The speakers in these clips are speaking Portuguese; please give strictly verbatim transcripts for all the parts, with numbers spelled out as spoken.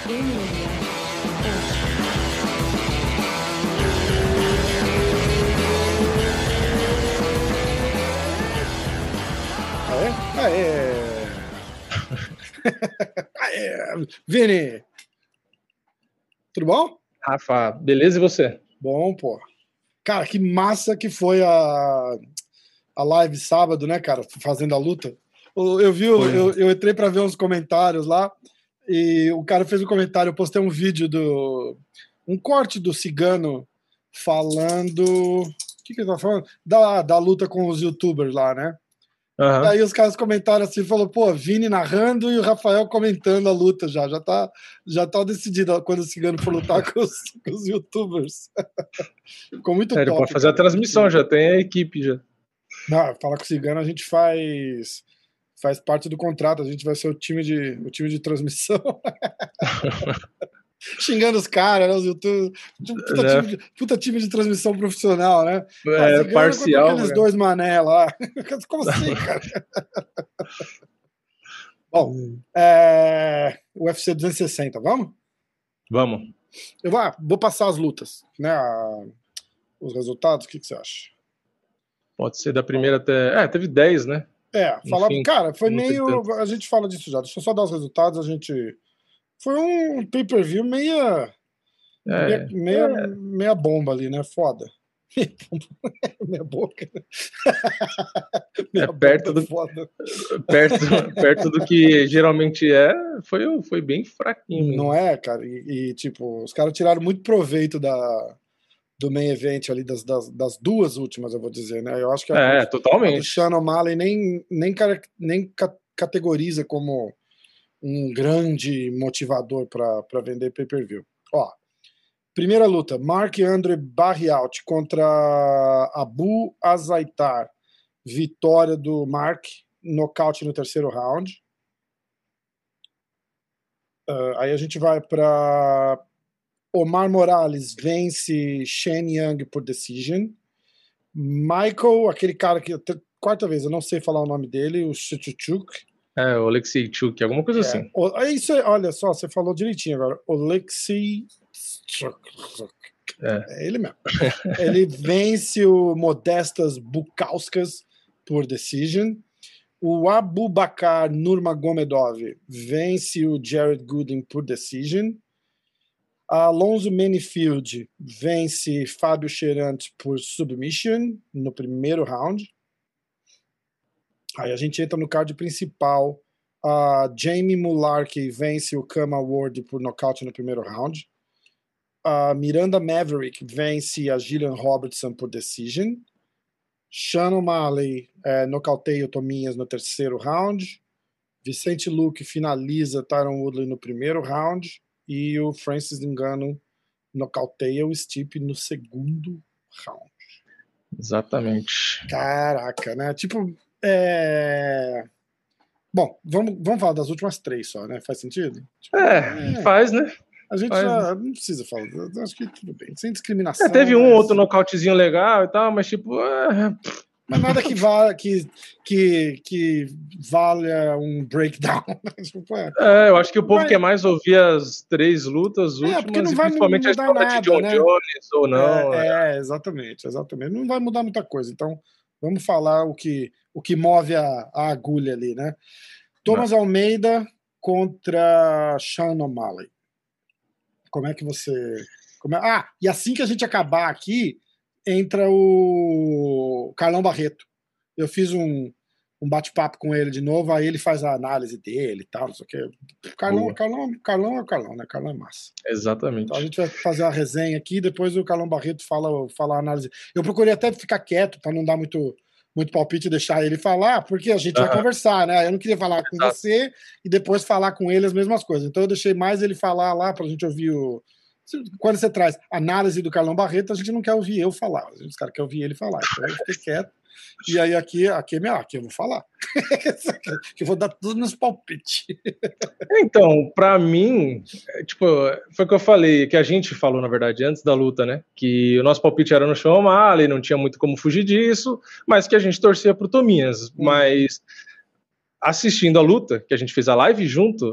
Aê, aê. Aê. Vini, tudo bom? Rafa, beleza e você? Bom, pô. Cara, que massa que foi a, a live sábado, né, cara? Fazendo a luta. Eu vi, eu, eu entrei pra ver uns comentários lá e o cara fez um comentário, eu postei um vídeo do... um corte do Cigano falando... O que que ele tá falando? Da, da luta com os youtubers lá, né? Uhum. E aí os caras comentaram assim, falou, pô, Vini narrando e o Rafael comentando a luta já, já tá, já tá decidido quando o Cigano for lutar com os, com os youtubers. Ficou muito é, top. Pode fazer cara. A transmissão, já tem a equipe já. Não, falar com o Cigano a gente faz faz parte do contrato, a gente vai ser o time de, o time de transmissão. Xingando os caras, né, os youtubers. Puta, é. time de, puta time de transmissão profissional, né? É, parcial. Aqueles dois mané lá. Como assim, cara? Bom, é, o U F C duzentos e sessenta, vamos? Vamos. Eu vou, vou passar as lutas, né? A, os resultados, o que, que você acha? Pode ser da primeira até... É, teve dez, né? É, falava, cara, foi meio... A gente fala disso já, deixa eu só dar os resultados, a gente... Foi um pay-per-view meia, é, meia, meia, é. meia bomba ali, né? Foda. Meia boca. Meia é perto do, foda. Perto, perto do que geralmente é, foi, foi bem fraquinho. Não é, cara? E, e tipo, os caras tiraram muito proveito da, do main event ali, das, das, das duas últimas, eu vou dizer, né? Eu acho que a, é, totalmente. a do Sean O'Malley nem, nem, nem categoriza como um grande motivador para vender pay-per-view. Ó, primeira luta, Mark Andre Barriault contra Abu Azaitar. Vitória do Mark, nocaute no terceiro round. Uh, aí a gente vai para Omar Morales vence Shen Yang por decision. Michael, aquele cara que quarta vez, eu não sei falar o nome dele, o Chuchuchuk. É, o Alexei Chuk, alguma coisa é, assim. O, é isso, olha só, você falou direitinho agora. O Alexei Chuk. É. é ele mesmo. Ele vence o Modestas Bukauskas por decision. O Abubakar Nurmagomedov vence o Jared Gooden por decision. Alonso Menifield vence Fábio Cherant por submission no primeiro round. Aí a gente entra no card principal. A Jamie Mularkey vence o Kama Ward por nocaute no primeiro round. A Miranda Maverick vence a Gillian Robertson por decision. Sean O'Malley é, nocauteia o Tominhas no terceiro round. Vicente Luque finaliza Tyron Woodley no primeiro round. E o Francis Ngannou nocauteia o Stipe no segundo round. Exatamente. Caraca, né? Tipo, é... Bom, vamos, vamos falar das últimas três só, né? Faz sentido? Tipo, é, é, faz, né? A gente faz. já não precisa falar. Eu acho que tudo bem. Sem discriminação. É, teve um mas... outro nocautezinho legal e tal, mas tipo... É... Mas nada que vá que, que, que valha um breakdown. tipo, é. é, eu acho que o povo vai... quer mais ouvir as três lutas últimas, é, porque não vai principalmente a história nada, de John né? Jones ou não. É, é, exatamente, exatamente. Não vai mudar muita coisa. Então, vamos falar o que, o que move a, a agulha ali, né? Thomas não. Almeida contra Sean O'Malley. Como é que você... Como é... Ah, e assim que a gente acabar aqui, entra o Carlão Barreto. Eu fiz um, um bate-papo com ele de novo, aí ele faz a análise dele e tal, não sei o quê. Carlão, Carlão, Carlão é o Carlão, né? Carlão é massa. Exatamente. Então a gente vai fazer a resenha aqui, depois o Carlão Barreto fala, fala a análise. Eu procurei até ficar quieto, para não dar muito, muito palpite e deixar ele falar, porque a gente uhum. vai conversar, né? Eu não queria falar com Exato. você e depois falar com ele as mesmas coisas. Então eu deixei mais ele falar lá, pra gente ouvir o... Quando você traz análise do Carlão Barreto, a gente não quer ouvir eu falar, os caras querem ouvir ele falar. Então eu fiquei quieto. E aí aqui, aqui é minha, aqui eu vou falar. que eu vou dar todos os meus palpites. Então, pra mim, tipo, foi o que eu falei, que a gente falou, na verdade, antes da luta, né? Que o nosso palpite era no Sean O'Malley, não tinha muito como fugir disso, mas que a gente torcia pro Tominhas. Hum. Mas assistindo a luta, que a gente fez a live junto,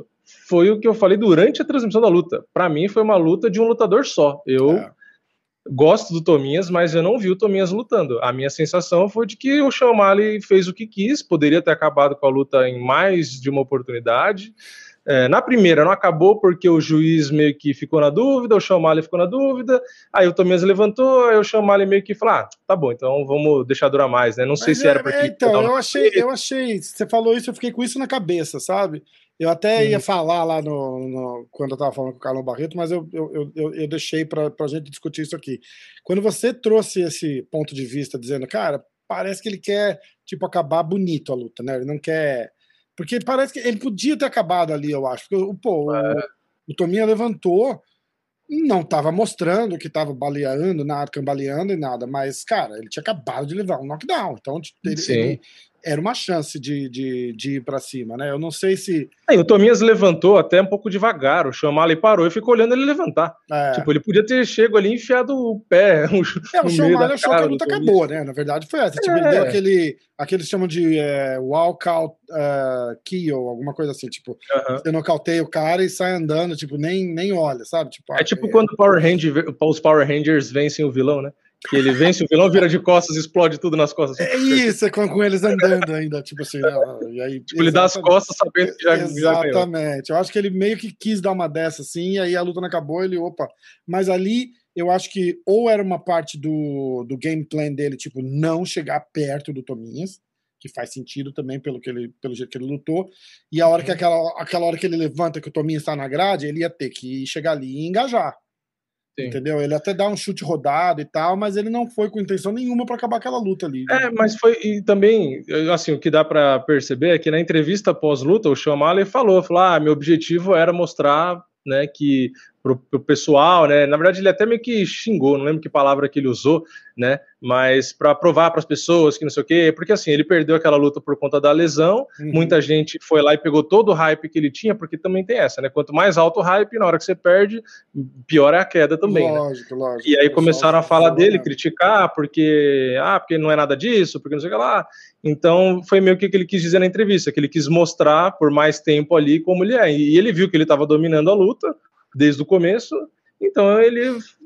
foi o que eu falei durante a transmissão da luta. Para mim foi uma luta de um lutador só. Eu é. gosto do Tominhas, mas eu não vi o Tominhas lutando. A minha sensação foi de que o Sean O'Malley fez o que quis, poderia ter acabado com a luta em mais de uma oportunidade. É, na primeira não acabou porque o juiz meio que ficou na dúvida, o Sean O'Malley ficou na dúvida, aí o Tominhas levantou, aí o Sean O'Malley meio que falou, ah, tá bom, então vamos deixar durar mais, né? Não sei Mas se é, era porque... É, então, eu achei, eu achei, você falou isso, eu fiquei com isso na cabeça, sabe? Eu até hum. ia falar lá no, no, quando eu tava falando com o Carlão Barreto, mas eu, eu, eu, eu deixei pra, pra gente discutir isso aqui. Quando você trouxe esse ponto de vista, dizendo, cara, parece que ele quer, tipo, acabar bonito a luta, né? Ele não quer... Porque parece que ele podia ter acabado ali, eu acho. Porque, pô, é. o, o Tominha levantou, não estava mostrando que estava baleando, nada, cambaleando e nada, mas, cara, ele tinha acabado de levar um knockdown. Então, ele, ele era uma chance de, de, de ir para cima, né? Eu não sei se... É, o Tominhas levantou até um pouco devagar, o Sean O'Malley parou e ficou olhando ele levantar. É. Tipo, ele podia ter chego ali e enfiado o pé no, é, o Sean O'Malley achou que a luta acabou, né? Na verdade foi essa. É. Tipo, ele deu aquele, aquele chamam de é, walkout uh, kill, alguma coisa assim, tipo, uh-huh. você nocauteia o cara e sai andando, tipo, nem, nem olha, sabe? Tipo, é tipo é... quando o Power Ranger, os Power Rangers vencem o vilão, né? Que ele vence o vilão, vira de costas e explode tudo nas costas. É isso, é com, com eles andando ainda, tipo assim, né? E aí, tipo, ele dá as costas sabendo que já Exatamente. Já eu acho que ele meio que quis dar uma dessa, assim, e aí a luta não acabou, ele, opa. Mas ali, eu acho que ou era uma parte do, do game plan dele, tipo, não chegar perto do Tominhas, que faz sentido também pelo, que ele, pelo jeito que ele lutou, e a hora que aquela, aquela hora que ele levanta, que o Tominhas está na grade, ele ia ter que chegar ali e engajar. Sim. Entendeu? Ele até dá um chute rodado e tal, mas ele não foi com intenção nenhuma para acabar aquela luta ali. É, mas foi, e também, assim, o que dá para perceber é que na entrevista pós-luta, o Sean O'Malley falou, falou, ah, meu objetivo era mostrar, né, que pro, pro pessoal, né, na verdade ele até meio que xingou, não lembro que palavra que ele usou, né, mas para provar para as pessoas que não sei o quê, porque assim, ele perdeu aquela luta por conta da lesão, uhum. muita gente foi lá e pegou todo o hype que ele tinha, porque também tem essa, né, quanto mais alto o hype, na hora que você perde, pior é a queda também, lógico, né? Lógico, e aí começaram a falar dele, criticar, porque, ah, porque não é nada disso, porque não sei o que lá, então foi meio que o que ele quis dizer na entrevista, que ele quis mostrar por mais tempo ali como ele é, e ele viu que ele estava dominando a luta desde o começo, então ele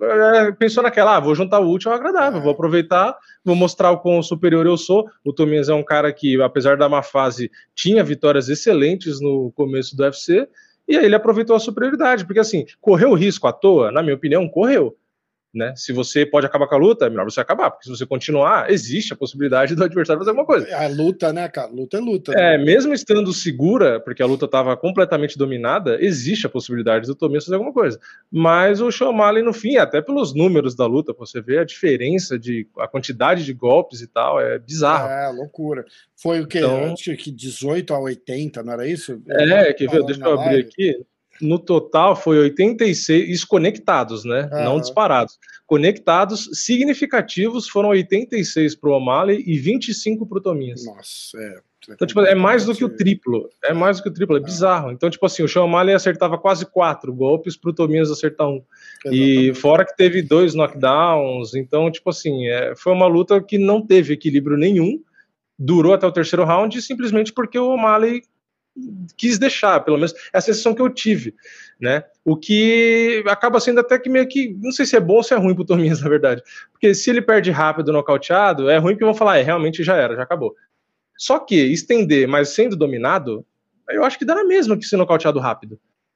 é, pensou naquela, ah, vou juntar o útil ao agradável, vou aproveitar, vou mostrar o quão superior eu sou. O Tominhas é um cara que, apesar da má fase, tinha vitórias excelentes no começo do U F C, e aí ele aproveitou a superioridade, porque assim, correu risco à toa? Na minha opinião, correu. Né? Se você pode acabar com a luta, é melhor você acabar, porque se você continuar, existe a possibilidade do adversário fazer alguma coisa. A luta, né, cara? Luta é luta. É, né? Mesmo estando segura, porque a luta estava completamente dominada, existe a possibilidade do Tominhas fazer alguma coisa. Mas o Sean O'Malley, no fim, até pelos números da luta, você vê a diferença de a quantidade de golpes e tal, é bizarro. É, loucura. Foi o quê? Então, acho que dezoito a oitenta, não era isso? É, quer ver? Deixa eu abrir live. aqui. No total foi oitenta e seis, isso conectados, né? Ah. Não disparados. Conectados significativos foram oitenta e seis para o O'Malley e vinte e cinco para o Tominhas. Nossa, é. Então, tipo, é mais do que o triplo. É mais do que o triplo, é bizarro. Então, tipo assim, o Sean O'Malley acertava quase quatro golpes para o Tominhas acertar um. Exatamente. E fora que teve dois knockdowns. Então, tipo assim, é, foi uma luta que não teve equilíbrio nenhum. Durou até o terceiro round simplesmente porque o O'Malley quis deixar, pelo menos é a sensação que eu tive, né? O que acaba sendo até que meio que, não sei se é bom ou se é ruim pro Tominhas, na verdade, porque se ele perde rápido nocauteado, é ruim porque vão falar, é, realmente já era, já acabou. Só que estender, mas sendo dominado, eu acho que dá na mesma que ser nocauteado rápido.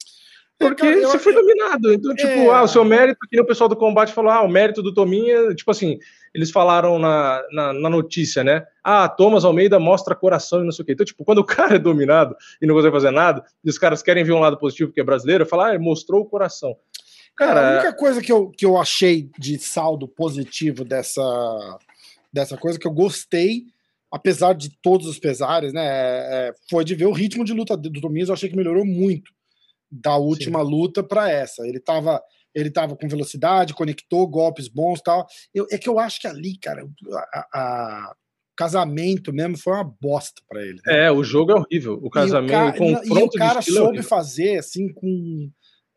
Porque eu, você foi eu, dominado, então, tipo, é... ah, o seu mérito, que o pessoal do combate falou, ah, o mérito do Tominha, tipo assim, eles falaram na, na, na notícia, né, ah, Thomas Almeida mostra coração e não sei o quê. Então, tipo, quando o cara é dominado e não consegue fazer nada, e os caras querem ver um lado positivo porque é brasileiro, falar, ah, mostrou o coração. Cara, é, a única coisa que eu, que eu achei de saldo positivo dessa, dessa coisa, que eu gostei, apesar de todos os pesares, né, é, foi de ver o ritmo de luta do Tominhas, eu achei que melhorou muito da última Sim. luta para essa. Ele tava, ele tava com velocidade, conectou golpes bons e tal. Eu, é que eu acho que ali, cara, a, a casamento mesmo foi uma bosta para ele. Né? É, o jogo é horrível. O casamento, e o, ca... o confronto e o cara de soube é fazer assim com,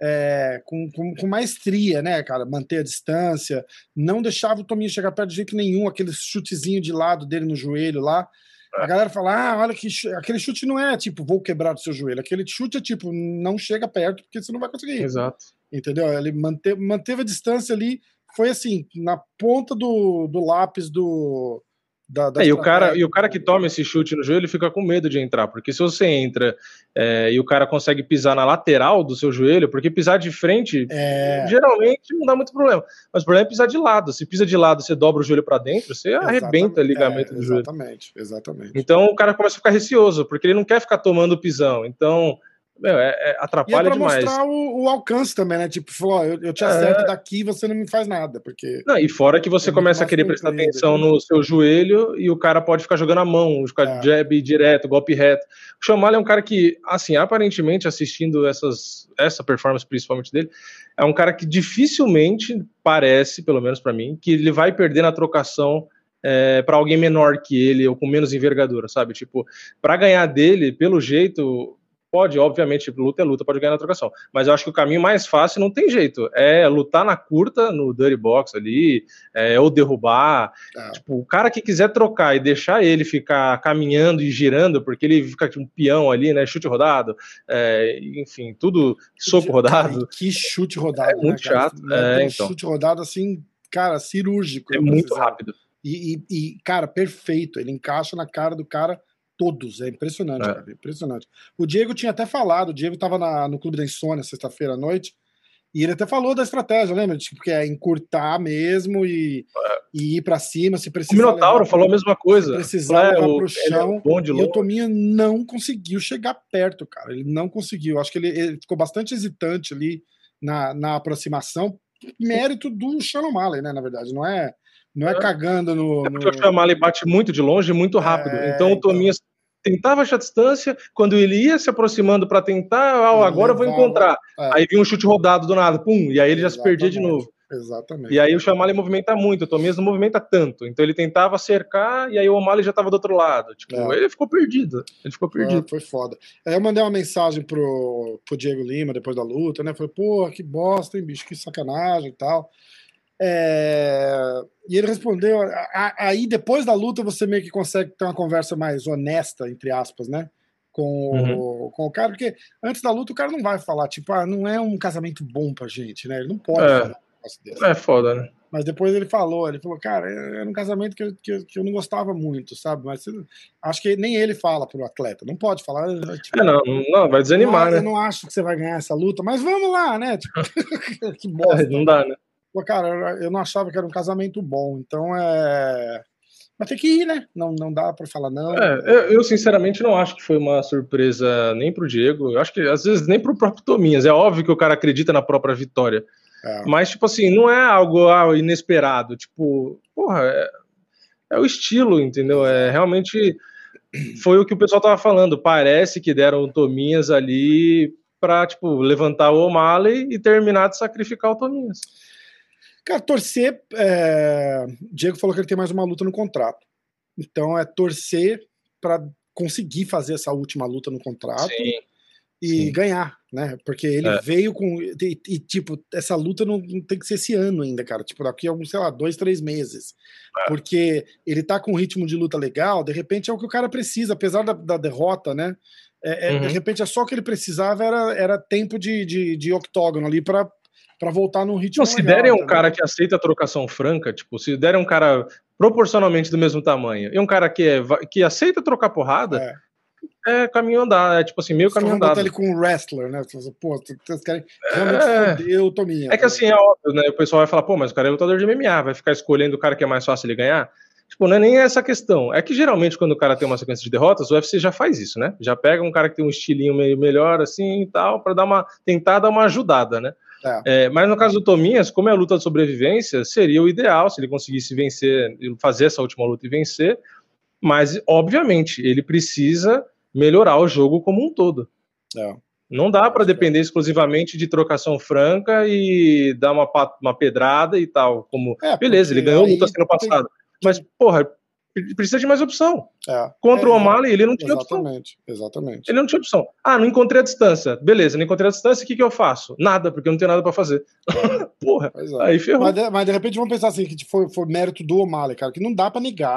é, com, com, com maestria, né, cara? Manter a distância, não deixava o Tominho chegar perto de jeito nenhum, aquele chutezinho de lado dele no joelho lá. A galera fala, ah, olha que chute. Aquele chute não é tipo, vou quebrar o seu joelho. Aquele chute é tipo, não chega perto porque você não vai conseguir. Exato. Entendeu? Ele manteve, manteve a distância ali, foi assim, na ponta do, do lápis do... Da, da é, e, o cara, e o cara que toma esse chute no joelho fica com medo de entrar, porque se você entra é, e o cara consegue pisar na lateral do seu joelho, porque pisar de frente é... geralmente não dá muito problema, mas o problema é pisar de lado. Se pisa de lado, você dobra o joelho para dentro, você exatamente, arrebenta o ligamento é, do joelho. Exatamente, exatamente. Então o cara começa a ficar receoso, porque ele não quer ficar tomando pisão. Então meu, é, é, atrapalha demais. E é pra demais. mostrar o, o alcance também, né? Tipo, falou, eu, eu te acerto é... daqui e você não me faz nada, porque... Não, e fora que você é começa a querer prestar atenção aqui. no seu joelho e o cara pode ficar jogando a mão, ficar é. jab direto, golpe reto. O Sean O'Malley é um cara que, assim, aparentemente, assistindo essas, essa performance principalmente dele, é um cara que dificilmente parece, pelo menos pra mim, que ele vai perder na trocação é, para alguém menor que ele ou com menos envergadura, sabe? Tipo, pra ganhar dele, pelo jeito... Pode, obviamente, luta é luta, pode ganhar na trocação. Mas eu acho que o caminho mais fácil não tem jeito. É lutar na curta, no dirty box ali, é, ou derrubar. Ah. Tipo, o cara que quiser trocar e deixar ele ficar caminhando e girando, porque ele fica um peão ali, né? Chute rodado, é, enfim, tudo soco rodado. Cara, que chute rodado. É muito né, chato. É, é, então. Chute rodado assim, cara, cirúrgico. É muito rápido. E, e, e, cara, perfeito. Ele encaixa na cara do cara. Todos, é impressionante, é. cara, impressionante. O Diego tinha até falado, o Diego estava no Clube da Insônia sexta-feira à noite, e ele até falou da estratégia, lembra? Tipo, que é encurtar mesmo e, é. e ir pra cima, se precisar. O Minotauro levar, falou a mesma coisa. Se precisar levar o, pro chão, é bom de e o Tominha não conseguiu chegar perto, cara, ele não conseguiu. Acho que ele, ele ficou bastante hesitante ali na, na aproximação, mérito do Sean O'Malley, né, na verdade, não é... Não é, é cagando no... É porque no... o Sean O'Malley bate muito de longe e muito rápido. É, então o Tominha então... tentava achar distância, quando ele ia se aproximando para tentar, ah, agora eu vou encontrar. É. Aí vinha um chute rodado do nada, pum, e aí ele já Exatamente. se perdia de novo. Exatamente. E aí o Sean O'Malley movimenta muito, o Tominha não movimenta tanto. Então ele tentava cercar e aí o O'Malley já estava do outro lado. Tipo, é. ele ficou perdido. Ele ficou perdido. É, foi foda. Aí eu mandei uma mensagem pro, pro Diego Lima depois da luta, né? Falei, pô, que bosta, hein, bicho, que sacanagem e tal. É... E ele respondeu. Aí depois da luta você meio que consegue ter uma conversa mais honesta, entre aspas, né? Com, uhum. o, com o cara, porque antes da luta o cara não vai falar, tipo, ah, não é um casamento bom pra gente, né? Ele não pode é. falar um negócio desse. É foda, né? Mas depois ele falou, ele falou, cara, era um casamento que eu, que, que eu não gostava muito, sabe? Mas acho que nem ele fala pro atleta, não pode falar. Tipo, é, não, não, vai desanimar, não, né? Eu não acho que você vai ganhar essa luta, mas vamos lá, né? Tipo, que bosta. É, não dá, né? Cara, eu não achava que era um casamento bom, então é... Mas tem que ir, né? Não, não dá pra falar não. É, eu, eu sinceramente não acho que foi uma surpresa nem pro Diego, eu acho que às vezes nem pro próprio Tominhas, é óbvio que o cara acredita na própria vitória, é. Mas tipo assim, não é algo ah, inesperado, tipo, porra, é, é o estilo, entendeu? É realmente, foi o que o pessoal tava falando, parece que deram o Tominhas ali pra, tipo, levantar o O'Malley e terminar de sacrificar o Tominhas. Cara, torcer. É... Diego falou que ele tem mais uma luta no contrato. Então é torcer para conseguir fazer essa última luta no contrato sim, e sim. ganhar, né? Porque ele é. veio com. E, e, tipo, essa luta não, não tem que ser esse ano ainda, cara. Tipo, daqui a alguns, sei lá, dois, três meses. É. Porque ele tá com um ritmo de luta legal, de repente é o que o cara precisa, apesar da, da derrota, né? É, uhum. De repente é só o que ele precisava, era, era tempo de, de, de octógono ali para. Pra voltar num ritmo. Não, se legal, derem um tá cara que aceita a trocação franca, tipo, se derem um cara proporcionalmente do mesmo tamanho e um cara que, é, que aceita trocar porrada, é, é caminho andado, é tipo assim, meio caminho andado. Botar ele com um wrestler, né? Pô, vocês querem realmente é... foder o Tominha. É que assim, é óbvio, né? O pessoal vai falar, pô, mas o cara é lutador de M M A, vai ficar escolhendo o cara que é mais fácil ele ganhar. Tipo, não é nem essa questão. É que geralmente quando o cara tem uma sequência de derrotas, o U F C já faz isso, né? Já pega um cara que tem um estilinho meio melhor assim e tal, pra dar uma, tentar dar uma ajudada, né? É. É, mas no caso do Tominhas, como é a luta de sobrevivência, seria o ideal se ele conseguisse vencer, fazer essa última luta e vencer, mas obviamente ele precisa melhorar o jogo como um todo. É. Não dá para depender exclusivamente de trocação franca e dar uma, uma pedrada e tal, como, é, beleza, ele ganhou lutas ano passado, tem... mas porra, ele precisa de mais opção. É. Contra é, o O'Malley, ele não tinha exatamente, opção. Exatamente. Ele não tinha opção. Ah, não encontrei a distância. Beleza, não encontrei a distância, o que, que eu faço? Nada, porque eu não tenho nada pra fazer. É. Porra, é. Aí ferrou. Mas, mas de repente vamos pensar assim, que foi, foi mérito do O'Malley, cara, que não dá pra negar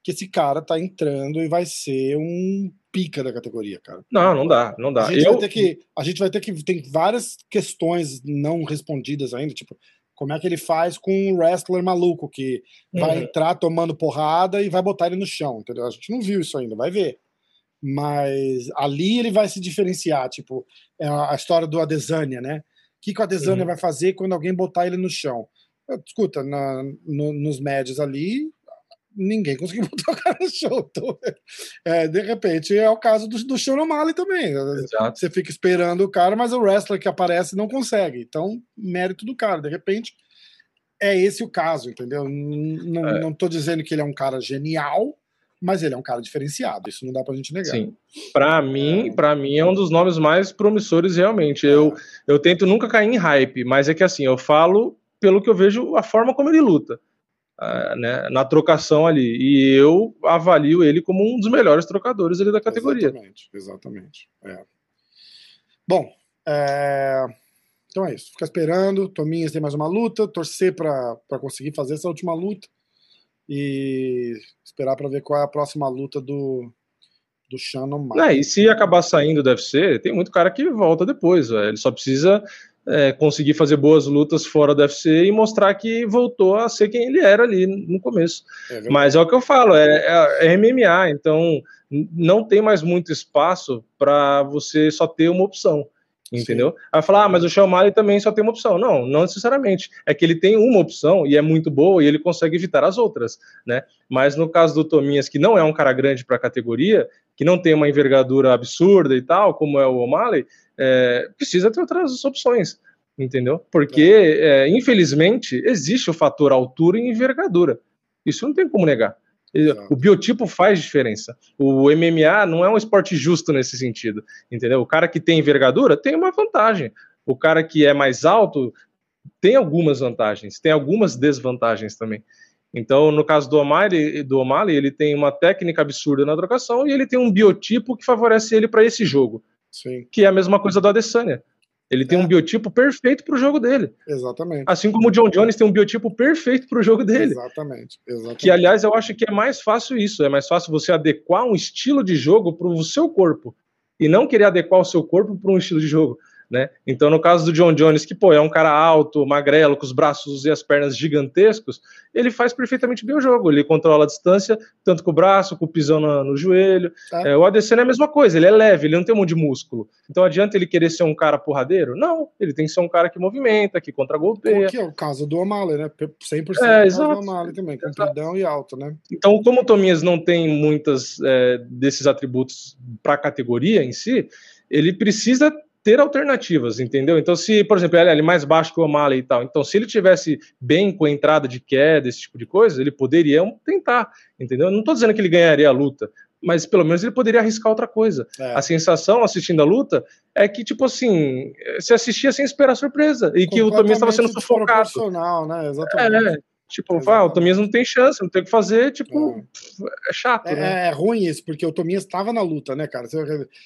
que esse cara tá entrando e vai ser um pica da categoria, cara. Não, não dá, não dá. A gente, eu... vai ter que, a gente vai ter que... Tem várias questões não respondidas ainda, tipo, como é que ele faz com um wrestler maluco que vai uhum. entrar tomando porrada e vai botar ele no chão, entendeu? A gente não viu isso ainda, vai ver. Mas ali ele vai se diferenciar, tipo, é a história do Adesanya, né? O que, que o Adesanya uhum. vai fazer quando alguém botar ele no chão? Escuta, na, no, nos médios ali, ninguém conseguiu botar o cara no chão. Então, é, de repente, é o caso do, do Sean O'Malley também. Exato. Você fica esperando o cara, mas o wrestler que aparece não consegue. Então, mérito do cara. De repente, é esse o caso, entendeu? Não, é. não tô dizendo que ele é um cara genial, mas ele é um cara diferenciado. Isso não dá pra gente negar. Sim. Pra mim, é. Pra mim é um dos nomes mais promissores, realmente. É. Eu, eu tento nunca cair em hype, mas é que assim, eu falo pelo que eu vejo, a forma como ele luta. Uh, né, na trocação ali, e eu avalio ele como um dos melhores trocadores ali da categoria. Exatamente, exatamente. É. Bom, é... então é isso, ficar esperando, Tominhas tem mais uma luta, torcer para conseguir fazer essa última luta e esperar para ver qual é a próxima luta do, do Sean O'Malley. É, e se acabar saindo do U F C, tem muito cara que volta depois, véio. Ele só precisa É, conseguir fazer boas lutas fora do U F C e mostrar que voltou a ser quem ele era ali no começo. É Mas é o que eu falo, é, é, é M M A, então não tem mais muito espaço para você só ter uma opção, entendeu? Sim. Aí falar, ah, mas o Sean O'Malley também só tem uma opção. Não, não necessariamente. É que ele tem uma opção e é muito boa e ele consegue evitar as outras, né? Mas no caso do Tominhas, que não é um cara grande para a categoria, que não tem uma envergadura absurda e tal, como é o O'Malley, É, precisa ter outras opções, entendeu? Porque, é, infelizmente, existe o fator altura e envergadura. Isso não tem como negar. O biotipo faz diferença. O M M A não é um esporte justo nesse sentido, entendeu? O cara que tem envergadura tem uma vantagem. O cara que é mais alto tem algumas vantagens, tem algumas desvantagens também. Então, no caso do O'Malley, do O'Malley, ele tem uma técnica absurda na trocação e ele tem um biotipo que favorece ele para esse jogo. Sim. Que é a mesma coisa do Adesanya. Ele tem é. um biotipo perfeito para o jogo dele. Exatamente. Assim como o John Jones tem um biotipo perfeito para o jogo dele. Exatamente. Exatamente. Que, aliás, eu acho que é mais fácil isso. É mais fácil você adequar um estilo de jogo para o seu corpo e não querer adequar o seu corpo para um estilo de jogo. Né? Então, no caso do John Jones, que pô, é um cara alto, magrelo, com os braços e as pernas gigantescos, ele faz perfeitamente bem o jogo. Ele controla a distância, tanto com o braço, com o pisão no, no joelho. É. É, o Adesanya é a mesma coisa, ele é leve, ele não tem um monte de músculo. Então, adianta ele querer ser um cara porradeiro? Não, ele tem que ser um cara que movimenta, que contragolpeia. Que é o caso do O'Malley, né? cem por cento é, o caso do O'Malley também, compridão e alto, né? Então, como o Tominhas não tem muitas é, desses atributos para a categoria em si, ele precisa ter alternativas, entendeu? Então, se, por exemplo, ele é mais baixo que o O'Malley e tal, então se ele tivesse bem com a entrada de queda, esse tipo de coisa, ele poderia tentar, entendeu? Não estou dizendo que ele ganharia a luta, mas pelo menos ele poderia arriscar outra coisa. É. A sensação, assistindo a luta, é que, tipo assim, você assistia sem esperar surpresa, e que o Tominhas estava sendo sufocado. Né? Exatamente. É, tipo, ah, o Tominhas não tem chance, não tem o que fazer, tipo, é, é chato, é, né? É ruim isso, porque o Tominhas estava na luta, né, cara?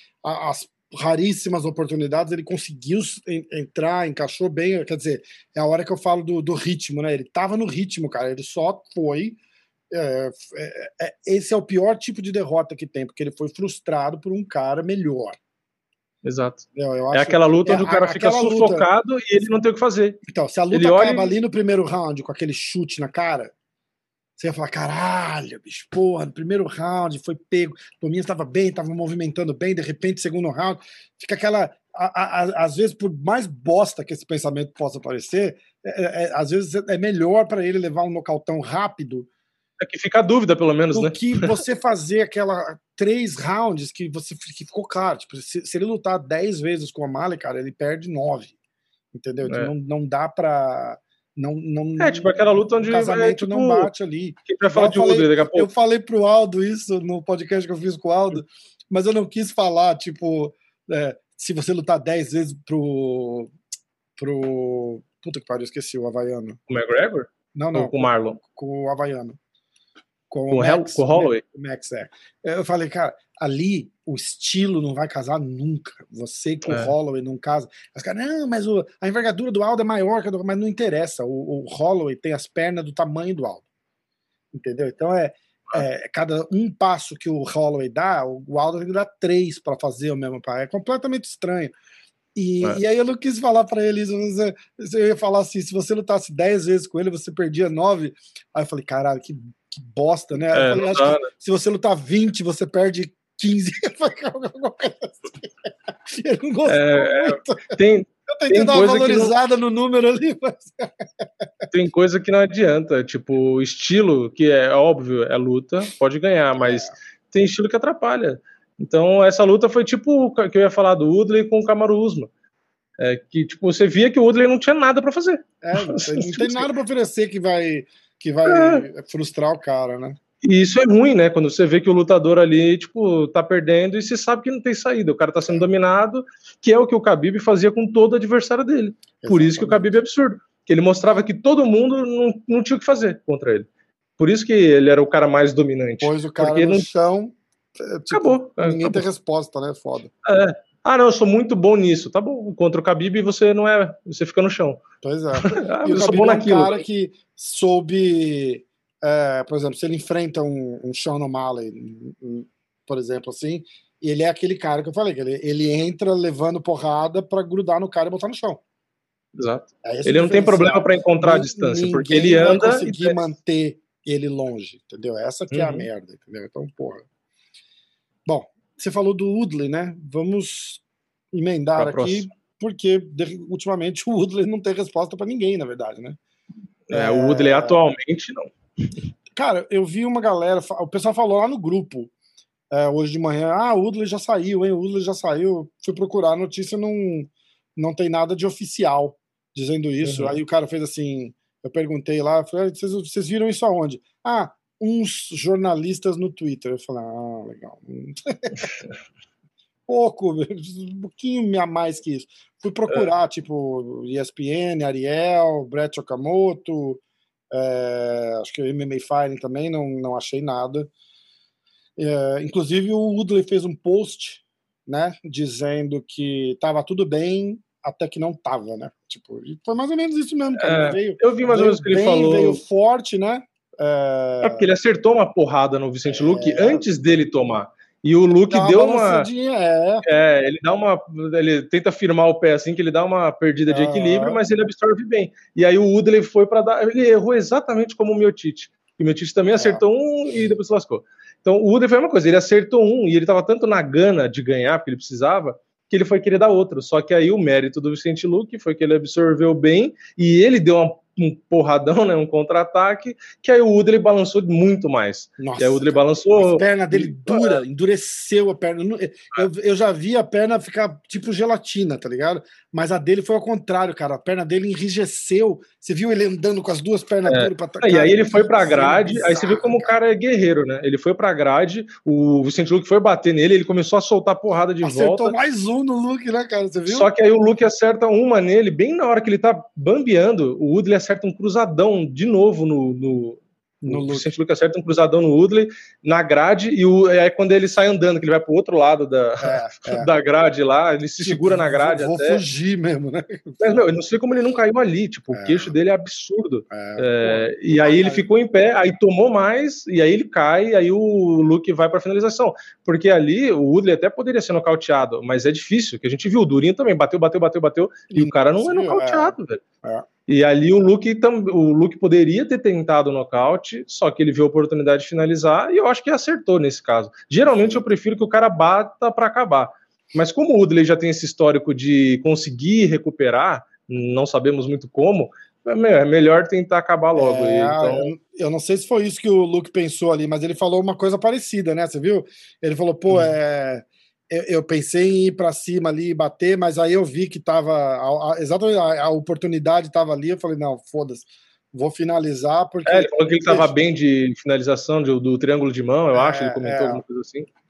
As raríssimas oportunidades, ele conseguiu entrar, encaixou bem, quer dizer, é a hora que eu falo do, do ritmo, né? Ele tava no ritmo, cara, ele só foi. É, é, é, esse é o pior tipo de derrota que tem, porque ele foi frustrado por um cara melhor. Exato. Eu, eu é acho, aquela luta é, onde o cara fica sufocado luta, e ele não tem o que fazer. Então, se a luta ele acaba olha... ali no primeiro round com aquele chute na cara, você ia falar, caralho, bicho, porra, no primeiro round foi pego, o Tominhas estava bem, estava movimentando bem, de repente, segundo round, fica aquela, a, a, às vezes, por mais bosta que esse pensamento possa parecer, é, é, às vezes é melhor para ele levar um nocautão rápido. É que fica a dúvida, pelo menos, do né? que você fazer aquela três rounds que você que ficou claro, tipo, se, se ele lutar dez vezes com o O'Malley, cara, ele perde nove, entendeu? Então é. não, não dá pra... Não, não, é, tipo aquela luta onde o casamento é, tipo, não bate ali. Quem vai falar de falei, Woodley daqui a pouco? Eu falei pro Aldo isso no podcast que eu fiz com o Aldo, mas eu não quis falar, tipo, é, se você lutar dez vezes pro... pro... Puta que pariu, esqueci o havaiano. O McGregor? Não, não. Ou com o Marlon? Com, com o havaiano. Com, com o Max, com o Holloway? O Max, é. Eu falei, cara, ali o estilo não vai casar nunca. Você com é. o Holloway não casa. Os caras, não, mas o, a envergadura do Aldo é maior que a do... Mas não interessa. O, o Holloway tem as pernas do tamanho do Aldo. Entendeu? Então é. é, cada um passo que o Holloway dá, o Aldo tem que dar três para fazer o mesmo passo. É completamente estranho. E, é. e aí eu não quis falar para ele isso. Eu ia falar assim, se você lutasse dez vezes com ele, você perdia nove. Aí eu falei, caralho, que, que bosta, né? É, eu falei, acho dá, que né? se você lutar vinte, você perde quinze. Ele não gostou é, muito. Tem, eu tentei tem dar uma valorizada não... no número ali, mas... Tem coisa que não adianta, tipo, estilo, que é óbvio, é luta, pode ganhar, mas é. tem estilo que atrapalha. Então, essa luta foi tipo, que eu ia falar do Woodley com o Kamaru Usman. É, que, tipo, você via que o Woodley não tinha nada pra fazer. É, não tem, não tem nada pra oferecer que vai, que vai é. frustrar o cara, né? E isso é ruim, né? Quando você vê que o lutador ali, tipo, tá perdendo e você sabe que não tem saída. O cara tá sendo é. dominado, que é o que o Khabib fazia com todo adversário dele. Exatamente. Por isso que o Khabib é absurdo. Que ele mostrava que todo mundo não, não tinha o que fazer contra ele. Por isso que ele era o cara mais dominante. Pôs o cara porque no não... chão, tipo, acabou. Ninguém acabou. tem resposta, né? Foda. É. Ah, não, eu sou muito bom nisso. Tá bom, contra o Khabib você não é, você fica no chão. Pois é. ah, e o eu Khabib sou bom é um naquilo. cara que soube, é, por exemplo, se ele enfrenta um, um Sean O'Malley, por exemplo, assim, ele é aquele cara que eu falei, que ele, ele entra levando porrada pra grudar no cara e botar no chão. Exato. É ele não tem problema para encontrar a distância, Ninguém porque ele anda vai conseguir e manter ele longe, entendeu? Essa que uhum. é a merda, entendeu? Então, porra. Bom, você falou do Woodley, né? Vamos emendar aqui, próxima. Porque ultimamente o Woodley não tem resposta para ninguém, na verdade, né? É, é... O Woodley atualmente não. Cara, eu vi uma galera, o pessoal falou lá no grupo é, hoje de manhã, ah, o Woodley já saiu, hein? O Woodley já saiu. Fui procurar a notícia, não, não tem nada de oficial dizendo isso. Uhum. Aí o cara fez assim, eu perguntei lá, falei, vocês, vocês viram isso aonde? Ah, uns jornalistas no Twitter. Eu falei, ah, legal. Pouco, um pouquinho a mais que isso. Fui procurar, é. tipo, E S P N, Ariel, Brett Okamoto, é, acho que o M M A Fighting também, não, não achei nada. É, inclusive o Woodley fez um post, né, dizendo que tava tudo bem, até que não tava, né? Tipo, foi mais ou menos isso mesmo, cara. É, veio, eu vi mais ou menos o que ele bem, falou. Veio forte, né? É... é porque ele acertou uma porrada no Vicente é... Luque antes dele tomar. E o Luque deu uma. É. é, ele dá uma. Ele tenta firmar o pé assim, que ele dá uma perdida de ah. equilíbrio, mas ele absorve bem. E aí o Woodley foi para dar. Ele errou exatamente como o Miocic. O Miocic também acertou ah. um e depois se lascou. Então o Woodley foi a mesma coisa, ele acertou um e ele tava tanto na gana de ganhar, porque ele precisava, que ele foi querer dar outro. Só que aí o mérito do Vicente Luque foi que ele absorveu bem e ele deu uma, um porradão, né, um contra-ataque, que aí o Woodley balançou muito mais. Nossa, e aí o Woodley balançou... A perna dele dura, endureceu a perna. Eu, eu já vi a perna ficar tipo gelatina, tá ligado? Mas a dele foi ao contrário, cara. A perna dele enrijeceu. Você viu ele andando com as duas pernas é. duras pra atacar. E aí ele foi pra grade, bizarro, aí você viu como cara. o cara é guerreiro, né? Ele foi pra grade, o Vicente Luque foi bater nele, ele começou a soltar porrada de Acertou volta. Acertou mais um no Luque, né, cara? Você viu? Só que aí o Luque acerta uma nele, bem na hora que ele tá bambeando, o Woodley acerta um cruzadão de novo no... no... No o Vicente Luque acerta um cruzadão no Woodley na grade, e, o, e aí quando ele sai andando, que ele vai pro outro lado da, é, é. da grade lá, ele se tipo, segura na grade. Vou até. fugir mesmo, né? Mas, meu, eu não sei como ele não caiu ali, tipo, é. o queixo dele é absurdo. É, é, e aí ele ficou em pé, aí tomou mais, e aí ele cai, e aí o Luque vai pra finalização. Porque ali o Woodley até poderia ser nocauteado, mas é difícil, que a gente viu, o Durinho também bateu, bateu, bateu, bateu, e, e o cara não sim, é nocauteado, velho. É. E ali o Luque, o Luque poderia ter tentado o nocaute, só que ele viu a oportunidade de finalizar e eu acho que acertou nesse caso. Geralmente eu prefiro que o cara bata para acabar. Mas como o Woodley já tem esse histórico de conseguir recuperar, não sabemos muito como, é melhor tentar acabar logo. É, então... Eu não sei se foi isso que o Luque pensou ali, mas ele falou uma coisa parecida, né? Você viu? Ele falou, pô, hum. é... eu pensei em ir para cima ali e bater, mas aí eu vi que tava a, a, exatamente a, a oportunidade estava ali, eu falei, não, foda-se, vou finalizar porque... É, ele falou que ele estava bem de finalização de, do triângulo de mão, eu é, acho, ele comentou é, alguma coisa assim.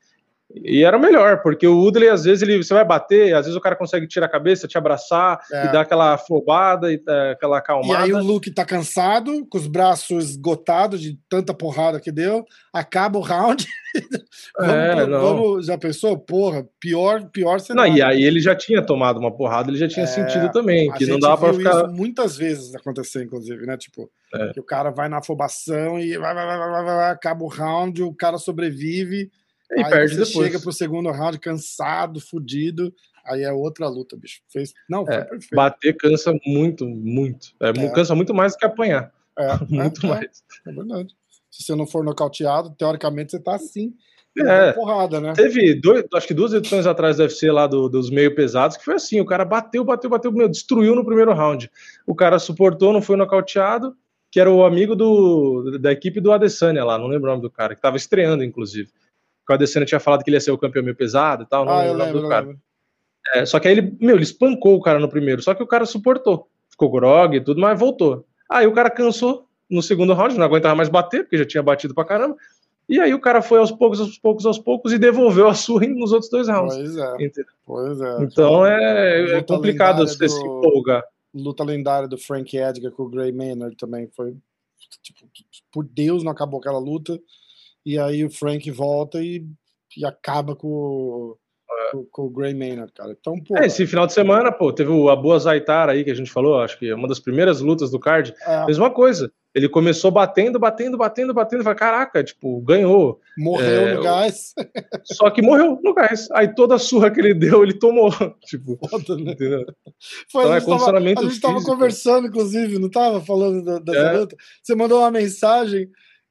E era melhor, porque o Woodley, às vezes, ele, você vai bater, às vezes o cara consegue tirar a cabeça, te abraçar é. e dar aquela afobada, e é, aquela acalmada. E aí o Luke tá cansado, com os braços esgotados de tanta porrada que deu, acaba o round. vamos, é, pro, não. vamos, já pensou? Porra, pior, pior cenário. Não, e aí ele já tinha tomado uma porrada, ele já tinha é, sentido também, que não dava pra ficar... isso muitas vezes acontecer, inclusive, né? Tipo, é. que o cara vai na afobação e vai, vai, vai, vai, vai, vai, acaba o round, o cara sobrevive... E aí perde você depois. Chega pro segundo round cansado, fudido, aí é outra luta, bicho. Fez... Não, foi é, perfeito. Bater cansa muito, muito. É, é. Cansa muito mais do que apanhar. É, muito é, mais. É, é verdade. Se você não for nocauteado, teoricamente você tá assim. É, porrada, né? Teve dois, acho que duas edições atrás do U F C lá do, dos meio pesados, que foi assim, o cara bateu, bateu, bateu, meu, destruiu no primeiro round. O cara suportou, não foi nocauteado, que era o amigo do, da equipe do Adesanya lá, não lembro o nome do cara, que tava estreando, inclusive. O Adesanya tinha falado que ele ia ser o campeão meio pesado e tal, não ah, lembro eu o nome lembro, do cara. Lembro. É, só que aí ele, meu, ele espancou o cara no primeiro, só que o cara suportou. Ficou grog e tudo, mas voltou. Aí o cara cansou no segundo round, não aguentava mais bater, porque já tinha batido pra caramba. E aí o cara foi aos poucos, aos poucos, aos poucos e devolveu a surra nos outros dois rounds. Pois é, entendeu? pois é. Então é, é complicado você do, se empolgar. Luta lendária do Frank Edgar com o Gray Maynard também foi, tipo, por Deus não acabou aquela luta. E aí o Frank volta e, e acaba com, é. com, com o Gray Maynard, cara. Então, pô, é, esse final de semana, pô, teve o Abu Azaitar aí que a gente falou, acho que é uma das primeiras lutas do card. É. Mesma coisa. Ele começou batendo, batendo, batendo, batendo. Falei, caraca, tipo, ganhou. Morreu é, no gás. Só que morreu no gás. Aí toda a surra que ele deu, ele tomou. Tipo, foda, né? Entendeu? Foi, então a é gente condicionamento tava, a gente físico. tava conversando, inclusive, não tava falando da, dessa é. luta? Você mandou uma mensagem,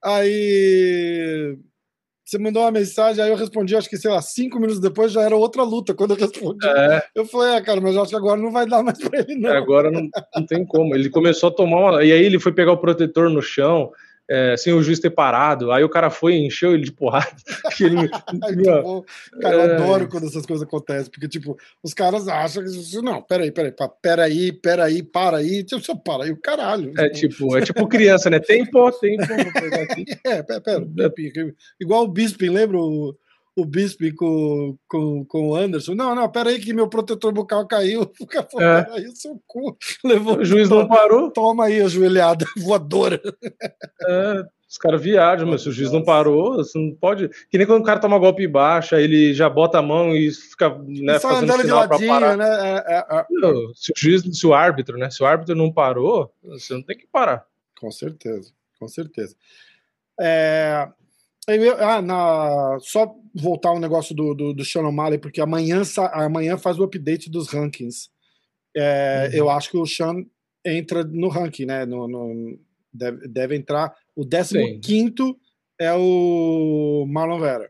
aí... Você mandou uma mensagem, aí eu respondi, acho que, sei lá, cinco minutos depois já era outra luta quando eu respondi. É. Eu falei, ah, cara, mas eu acho que agora não vai dar mais pra ele, não. Agora não, não tem como. Ele começou a tomar uma... E aí ele foi pegar o protetor no chão, é, sem o juiz ter parado. Aí o cara foi e encheu ele de porrada. ele... bom. Cara, eu é... adoro quando essas coisas acontecem, porque, tipo, os caras acham que... Não, peraí, peraí, peraí, peraí, para aí. Tipo, para aí o caralho. É tipo, é tipo criança, né? Tempo, tempo. Vou pegar aqui. É, pera, pera. Igual o Bisping, lembra o... o Bisping com, com, com o Anderson. Não, não, peraí que meu protetor bucal caiu. O cara falou, é. peraí, o seu cu. Levou, o juiz não parou. Toma aí a joelhada voadora. É, os caras viajam, mas se o juiz não parou, você não pode... Que nem quando o cara toma golpe baixo, aí ele já bota a mão e fica né, e só fazendo andando sinal de ladinho, pra parar. Né? É, é, é. Não, se o juiz, se o árbitro, né? Se o árbitro não parou, você não tem que parar. Com certeza, com certeza. É... Ah, na... Só voltar um negócio do, do, do Sean O'Malley, porque amanhã, amanhã faz o update dos rankings. É, uhum. Eu acho que o Sean entra no ranking, né? No, no, deve, deve entrar. O décimo quinto é o Marlon Vera.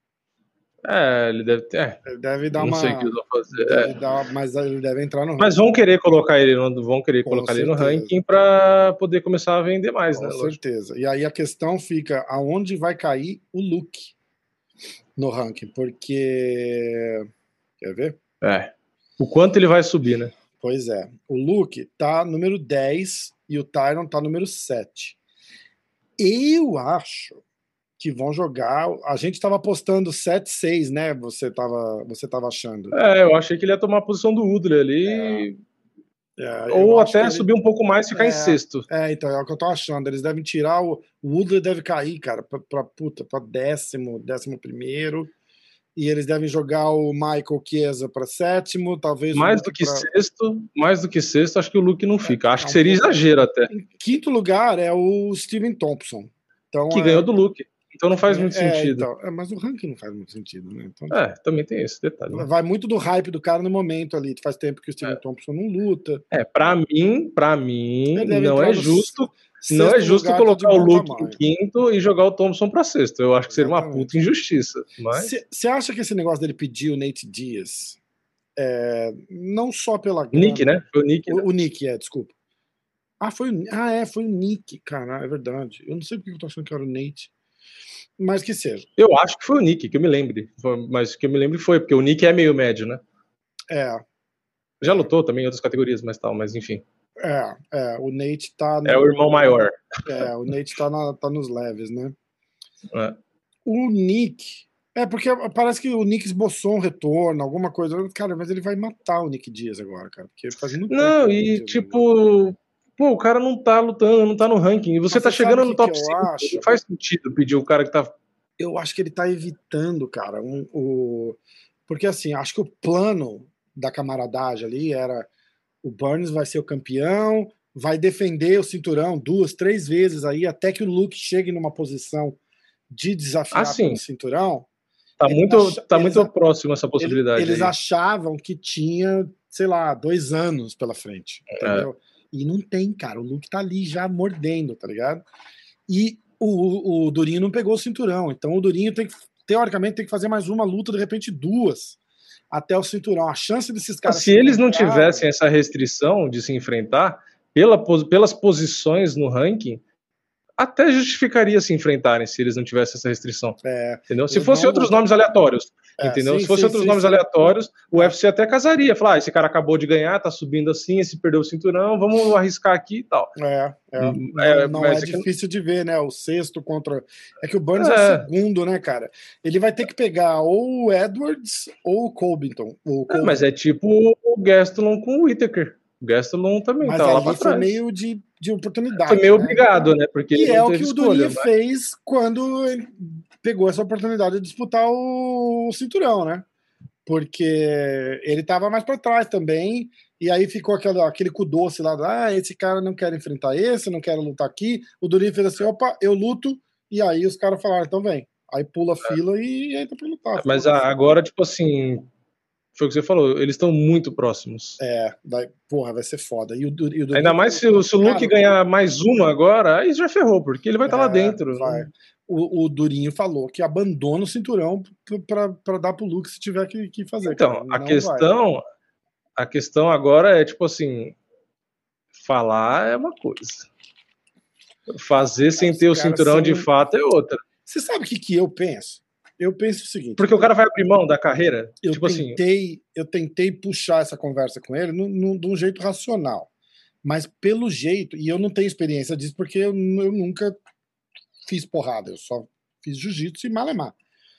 É, ele deve ter. É. Ele deve dar não uma. Não sei o que eles vão fazer. Deve é. dar, mas ele deve entrar no ranking. Mas vão querer colocar ele no, vão querer Com colocar certeza. ele no ranking para poder começar a vender mais, Com né? Com certeza. Lógico. E aí a questão fica: aonde vai cair o Luke no ranking? Porque. Quer ver? É. O quanto ele vai subir, né? Pois é. O Luke tá número dez e o Tyron tá número sete. Eu acho que vão jogar. A gente tava apostando sete seis, né? Você tava, você tava achando. É, eu achei que ele ia tomar a posição do Woodley ali. É. É, ou até ele... subir um pouco mais e ficar é, em sexto. É, então, é o que eu tô achando. Eles devem tirar o. O Woodley deve cair, cara, pra, pra puta, pra décimo, décimo primeiro. E eles devem jogar o Michael Chiesa para sétimo, talvez mais do que pra... sexto, mais do que sexto, acho que o Luke não fica. Acho é, que seria um pouco... exagero até. Em quinto lugar é o Steven Thompson, então, que é... ganhou do Luke. Então não faz é, muito é, sentido. Então, é, mas o ranking não faz muito sentido, né? Então, é, também tem esse detalhe. Né? Vai muito do hype do cara no momento ali. Faz tempo que o Steven é. Thompson não luta. É, para mim, para mim, não é justo. Não é justo lugar, colocar tá o Luke tamanho. em quinto e jogar o Thompson para sexto. Eu acho que seria uma puta injustiça. Você mas... acha que esse negócio dele pedir o Nate Diaz, é, não só pela grana... Nick, né? Foi o Nick. O, né? o Nick, é, desculpa. Ah, foi o, ah, é, foi o Nick, cara, é verdade. Eu não sei porque eu tô achando que era o Nate. Mas que seja. Eu acho que foi o Nick, que eu me lembre. Mas que eu me lembre foi, porque o Nick é meio médio, né? É. Já lutou também em outras categorias, mas tal, mas enfim. É, é, o Nate tá... No, é o irmão maior. É, o Nate tá, na, tá nos leves, né? É. O Nick, É, porque parece que o Nick esboçou um retorno, alguma coisa. Cara, mas ele vai matar o Nick Diaz agora, cara. Porque faz muito Não, tempo e tipo, pô, o cara não tá lutando, não tá no ranking. E você mas tá você chegando no top cinco. Não faz sentido pedir o cara que tá. Eu acho que ele tá evitando, cara, um, o. Porque assim, acho que o plano da camaradagem ali era o Burns vai ser o campeão, vai defender o cinturão duas, três vezes aí, até que o Luke chegue numa posição de desafiar ah, pelo cinturão. Tá muito, ach... tá muito eles, próximo essa possibilidade. Eles aí. achavam que tinha, sei lá, dois anos pela frente, entendeu? É. E não tem, cara. O Luke tá ali já mordendo, tá ligado? E o, o Durinho não pegou o cinturão. Então o Durinho tem que, teoricamente, tem que fazer mais uma luta, de repente duas, até o cinturão. A chance desses caras... Se eles não tivessem essa restrição de se enfrentar, pela, pelas posições no ranking... até justificaria se enfrentarem se eles não tivessem essa restrição. É, entendeu? Se fossem outros nomes aleatórios, é, entendeu? Sim, se fossem outros sim, nomes sim. aleatórios, o é. U F C até casaria. Falar, ah, esse cara acabou de ganhar, tá subindo assim, esse perdeu o cinturão, vamos arriscar aqui e tal. É, é. Não é, não é difícil que... de ver, né? O sexto contra... É que o Burns é. é o segundo, né, cara? Ele vai ter que pegar ou o Edwards ou o Covington. O é, mas é tipo o Gastelum com o Whittaker. O Gastelum também mas tá lá pra foi trás. meio de, de oportunidade. Foi meio né? obrigado, né? Porque e ele é não o teve que escolha, o Durinho mas... fez quando ele pegou essa oportunidade de disputar o, o cinturão, né? Porque ele tava mais para trás também, e aí ficou aquele, aquele cu doce lá, ah, esse cara não quer enfrentar esse, não quero lutar aqui. O Durinho fez assim, opa, eu luto, e aí os caras falaram, então vem. Aí pula a fila e entra pra lutar. Mas a, agora, tipo assim... Foi o que você falou, eles estão muito próximos. É, daí, porra, vai ser foda. E o, e o Durinho, ainda mais se, se o Luke cara, ganhar mais uma agora, aí já ferrou, porque ele vai estar é, tá lá dentro. Vai. Né? O, o Durinho falou que abandona o cinturão para dar pro Luke se tiver que, que fazer. Então, a questão, vai. a questão agora é, tipo assim, falar é uma coisa. Fazer sem ter o cinturão são... de fato é outra. Você sabe o que, que eu penso? Eu penso o seguinte... Porque o cara vai abrir mão da carreira? Eu, tipo tentei, assim... eu tentei puxar essa conversa com ele no, no, de um jeito racional. Mas pelo jeito... E eu não tenho experiência disso porque eu, eu nunca fiz porrada. Eu só fiz jiu-jitsu e malemar.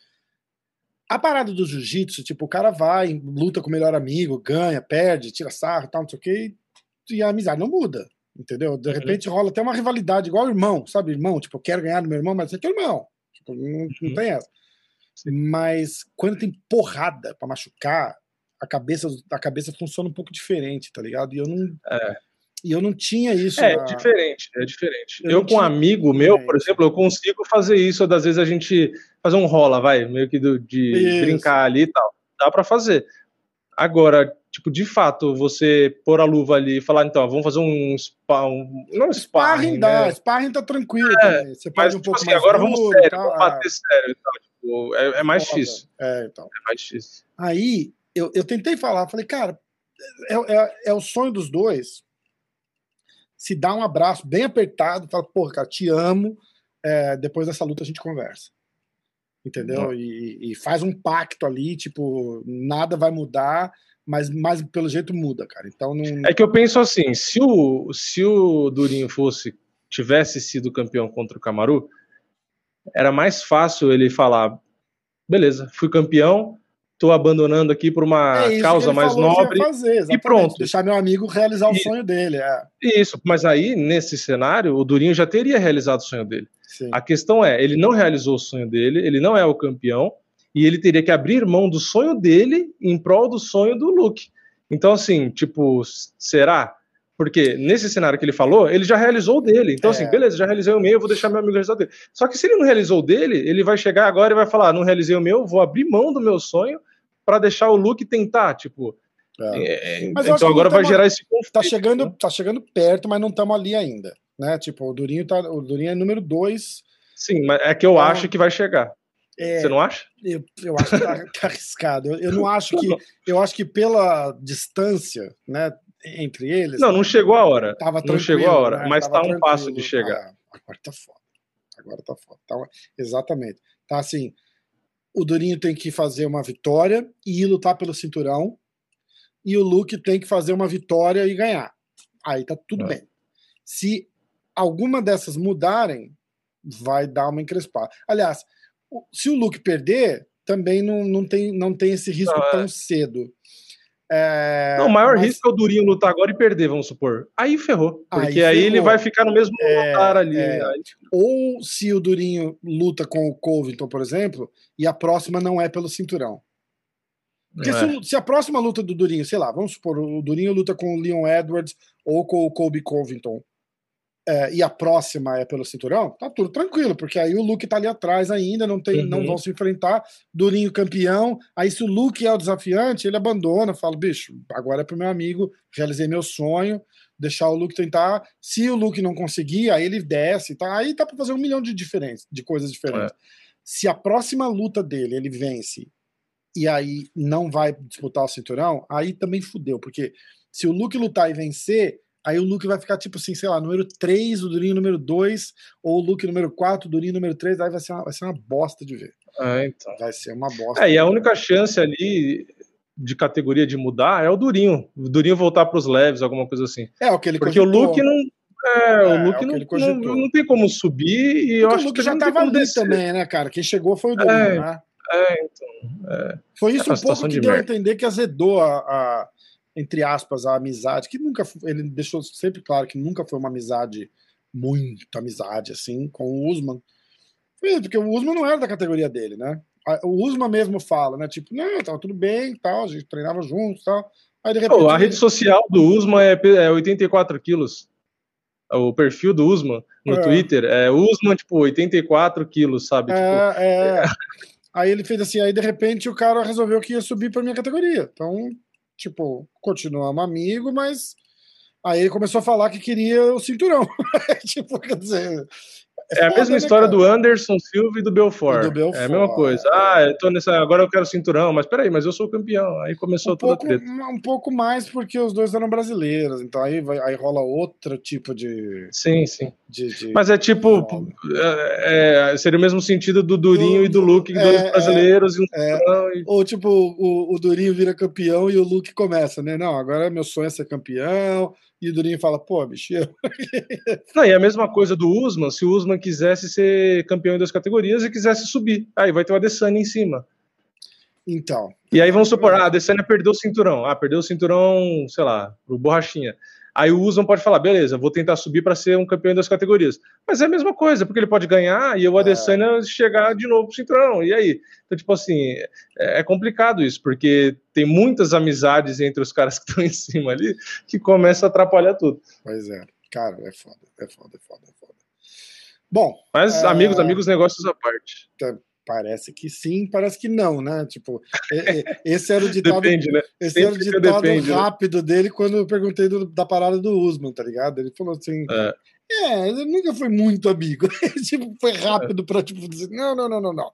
A parada do jiu-jitsu, tipo, o cara vai, luta com o melhor amigo, ganha, perde, tira sarro, tal, não sei o quê, e a amizade não muda, entendeu? De repente uhum. rola até uma rivalidade, igual irmão, sabe? Irmão, tipo, eu quero ganhar do meu irmão, mas você é teu irmão. Tipo, não, uhum. não tem essa. Sim. Mas quando tem porrada pra machucar, a cabeça, a cabeça funciona um pouco diferente, tá ligado? E eu não... É. E eu não tinha isso. É, na... diferente, é diferente. Eu, eu com tinha... um amigo meu, por exemplo, eu consigo fazer isso, às vezes a gente fazer um rola, vai, meio que do, de isso. brincar ali e tal. Dá pra fazer. Agora, tipo, de fato, você pôr a luva ali e falar, então, vamos fazer um spa, um, não sparring, sparring dá, né? Sparring tá tranquilo é, também. Você pode mas, um tipo pouco assim, mais agora duro, vamos sério, tá? vamos bater é. sério e tal. Tipo, é, é mais Foda. difícil. É, então. É mais difícil. Aí, eu, eu tentei falar, falei, cara, é, é, é o sonho dos dois se dá um abraço bem apertado, fala, porra, cara, te amo, é, depois dessa luta a gente conversa. Entendeu? E, e faz um pacto ali, tipo, nada vai mudar, mas, mas pelo jeito muda, cara. Então não... É que eu penso assim, se o, se o Durinho fosse, tivesse sido campeão contra o Kamaru, era mais fácil ele falar, beleza, fui campeão, tô abandonando aqui por uma é causa mais nobre fazer, e pronto. Deixar meu amigo realizar o e, sonho dele. É. Isso, mas aí, nesse cenário, o Durinho já teria realizado o sonho dele. Sim. A questão é, ele não realizou o sonho dele, ele não é o campeão, e ele teria que abrir mão do sonho dele em prol do sonho do Luke. Então, assim, tipo, será? Porque nesse cenário que ele falou, ele já realizou o dele. Então, é. assim, beleza, já realizei o meu, eu vou deixar meu amigo realizar o dele. Só que se ele não realizou o dele, ele vai chegar agora e vai falar, não realizei o meu, vou abrir mão do meu sonho para deixar o Luke tentar, tipo... É. É, mas então agora vai tamo, gerar esse conflito. Tá chegando, né? Tá chegando perto, mas não estamos ali ainda. Né? Tipo, o Durinho, tá, o Durinho é número dois. Sim, mas é que eu tá... acho que vai chegar. É, Você não acha? Eu, eu acho que tá, tá arriscado. Eu, eu não acho que... Eu acho que pela distância, né, entre eles... Não, não chegou a hora. Tava não chegou a hora, né? mas Tava tá um passo de chegar. Ah, agora tá foda. Agora tá foda. Tá, exatamente. Tá assim, o Durinho tem que fazer uma vitória e ir lutar pelo cinturão, e o Luke tem que fazer uma vitória e ganhar. Aí tá tudo é. bem. Se alguma dessas mudarem, vai dar uma encrespada. Aliás, se o Luke perder, também não, não, tem, não tem esse risco não, tão é. cedo. É, não, o maior mas... risco é o Durinho lutar agora e perder, vamos supor. Aí ferrou. Porque aí, aí ferrou. ele vai ficar no mesmo é, lugar ali. É. Aí... Ou se o Durinho luta com o Covington, por exemplo, e a próxima não é pelo cinturão. Porque é. se, se a próxima luta do Durinho, sei lá, vamos supor, o Durinho luta com o Leon Edwards ou com o Colby Covington, é, e a próxima é pelo cinturão, tá tudo tranquilo, porque aí o Luke tá ali atrás ainda, não, tem, uhum. não vão se enfrentar, Durinho campeão, aí se o Luke é o desafiante, ele abandona, fala, bicho, agora é pro meu amigo, realizei meu sonho, deixar o Luke tentar, se o Luke não conseguir, aí ele desce, tá? Aí dá pra fazer um milhão de, diferentes, de coisas diferentes. É. Se a próxima luta dele, ele vence, e aí não vai disputar o cinturão, aí também fudeu, porque se o Luke lutar e vencer, aí o Luke vai ficar tipo assim, sei lá, número três, o Durinho número dois, ou o Luke número quatro, o Durinho número três, aí vai ser uma, vai ser uma bosta de ver. Ah, então. Vai ser uma bosta. É, e a única chance ali de categoria de mudar é o Durinho. O Durinho voltar para os leves, alguma coisa assim. É, o que ele Porque cogitou. o Luke não... É, é o Luke é o não, não, não tem como subir e Porque eu o acho Luke que já tava ali descer. também, né, cara? Quem chegou foi o Durinho, é, né? É, então... É, foi isso é um pouco que de deu merda. a entender que azedou a... a entre aspas, a amizade, que nunca, ele deixou sempre claro que nunca foi uma amizade, muita amizade, assim, com o Usman. Porque o Usman não era da categoria dele, né? O Usman mesmo fala, né? Tipo, não, tava tudo bem e tal, a gente treinava juntos e tal. Aí, de repente, oh, a ele... rede social do Usman é, é oitenta e quatro quilos. O perfil do Usman no é. Twitter é Usman, tipo, oitenta e quatro quilos, sabe? É, tipo... é. Aí ele fez assim, aí de repente o cara resolveu que ia subir pra minha categoria. Então, tipo, continuamos amigo, mas aí ele começou a falar que queria o cinturão. Tipo, quer dizer... É, é a foda, mesma né, história cara? do Anderson Silva e do Belfort. E do Belfort. É a mesma coisa. É. Ah, eu tô nessa, agora eu quero cinturão, mas peraí, mas eu sou campeão. Aí começou um toda pouco, a treta. Um pouco mais porque os dois eram brasileiros, então aí, vai, aí rola outro tipo de... Sim, sim. De, de, mas é tipo, é, é, seria o mesmo sentido do Durinho do, e do Luke, é, dois brasileiros é, e um é, e... Ou tipo, o, o Durinho vira campeão e o Luke começa, né? Não, agora meu sonho é ser campeão. E o Durinho fala, pô, bicho. Não, e a mesma coisa do Usman, se o Usman quisesse ser campeão em duas categorias e quisesse subir, aí vai ter o Adesanya em cima. Então. E aí vamos supor, ah, a Adesanya perdeu o cinturão, ah, perdeu o cinturão, sei lá, pro Borrachinha. Aí o Usman pode falar, beleza, vou tentar subir para ser um campeão das categorias. Mas é a mesma coisa, porque ele pode ganhar e o Adesanya é. chegar de novo pro cinturão. E aí? Então, tipo assim, é complicado isso, porque tem muitas amizades entre os caras que estão em cima ali que começa a atrapalhar tudo. Pois é. Cara, é foda, é foda, é foda, é foda. Bom. Mas é... amigos, amigos, negócios à parte. Parece que sim, parece que não, né? Tipo, esse era o ditado, depende, né? esse era o ditado depende, rápido né? dele quando eu perguntei do, da parada do Usman, tá ligado? Ele falou assim, é, é ele nunca foi muito amigo, tipo, foi rápido é. pra tipo, dizer, não, não, não, não, não.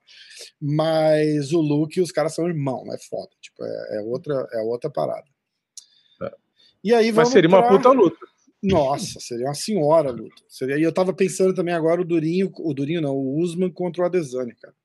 Mas o Luke e os caras são irmãos, é foda, tipo, é, é, outra, é outra parada. É. E aí vamos Mas seria pra... uma puta luta. Nossa, seria uma senhora luta. Seria... E eu tava pensando também agora o Durinho, o Durinho não, o Usman contra o Adesanya, cara.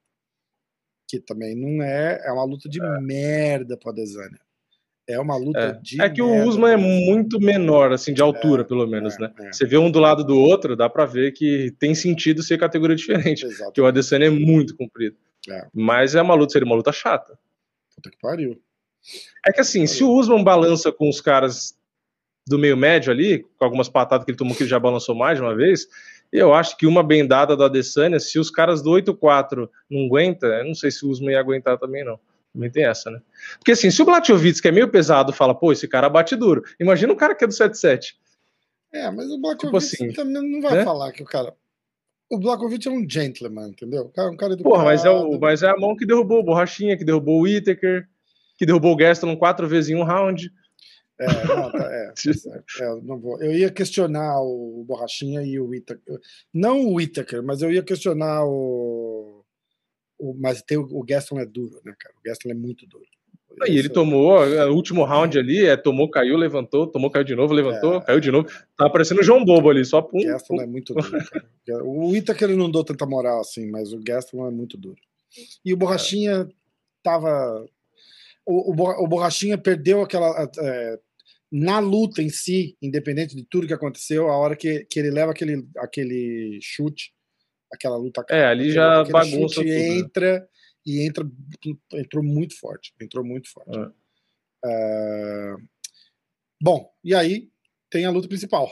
Que também não é, é uma luta de é. merda pro Adesanya. É uma luta é. de É que o Usman é muito menor, assim, de altura, é, pelo menos, é, né? É. Você vê um do lado do outro, dá pra ver que tem sentido ser categoria diferente. Exatamente. Porque o Adesanya é muito comprido. É. Mas é uma luta, seria uma luta chata. Puta que pariu. É que assim, se o Usman balança com os caras do meio médio ali, com algumas patadas que ele tomou que ele já balançou mais de uma vez, eu acho que uma bendada do Adesanya, se os caras do oito quatro não aguentam, eu não sei se o Usman ia aguentar também não. Também tem essa, né? Porque assim, se o Blachowicz, que é meio pesado, fala, pô, esse cara bate duro. Imagina um cara que é do sete sete. É, mas o Blachowicz tipo assim, também não vai né? falar que o cara... O Blachowicz é um gentleman, entendeu? Um cara, um cara educado. Porra, mas é, o, mas é a mão que derrubou o Borrachinha, que derrubou o Whittaker, que derrubou o Gastelum quatro vezes em um round. É, não, tá, é, é, eu não vou. Eu ia questionar o Borrachinha e o Whittaker. Não o Whittaker, mas eu ia questionar o. o mas tem o, o Gastelum é duro, né, cara? O Gastelum é muito duro. E ele tomou, o último round ali, é, tomou, caiu, levantou, tomou, caiu de novo, levantou, é, caiu de novo. Tá parecendo o João Bobo ali, só pum. O Gastelum é muito duro, cara. O Whittaker ele não deu tanta moral assim, mas o Gastelum é muito duro. E o Borrachinha é. tava. O, o, o Borrachinha perdeu aquela. É, na luta em si, independente de tudo que aconteceu, a hora que, que ele leva aquele, aquele chute, aquela luta... É, ali já bagunça chute tudo, entra né? e entra, entrou muito forte, entrou muito forte. É. É... Bom, e aí tem a luta principal.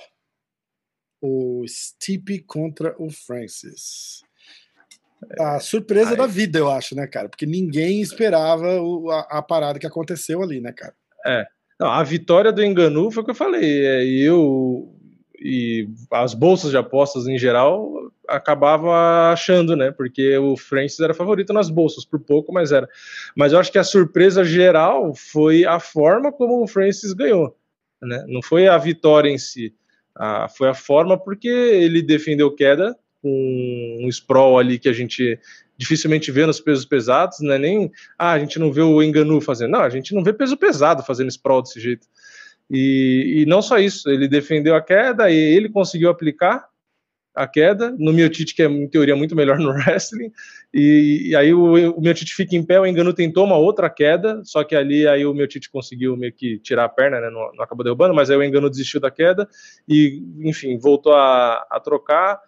O Stipe contra o Francis. A surpresa Ai. da vida, eu acho, né, cara? Porque ninguém esperava o, a, a parada que aconteceu ali, né, cara? É. Não, a vitória do Ngannou foi o que eu falei. É, eu e as bolsas de apostas em geral acabava achando, né? Porque o Francis era favorito nas bolsas, por pouco, mas era. Mas eu acho que a surpresa geral foi a forma como o Francis ganhou, né? Não foi a vitória em si. Ah, foi a forma porque ele defendeu queda com um sprawl ali que a gente dificilmente vê nos pesos pesados, né? Nem ah, a gente não vê o Ngannou fazendo, não, a gente não vê peso pesado fazendo sprawl desse jeito. E, e não só isso, ele defendeu a queda e ele conseguiu aplicar a queda no Miocic, que é em teoria muito melhor no wrestling, e, e aí o, o Miocic fica em pé, o Ngannou tentou uma outra queda, só que ali aí o Miocic conseguiu meio que tirar a perna, né, não, não acabou derrubando, mas aí o Ngannou desistiu da queda e, enfim, voltou a, a trocar,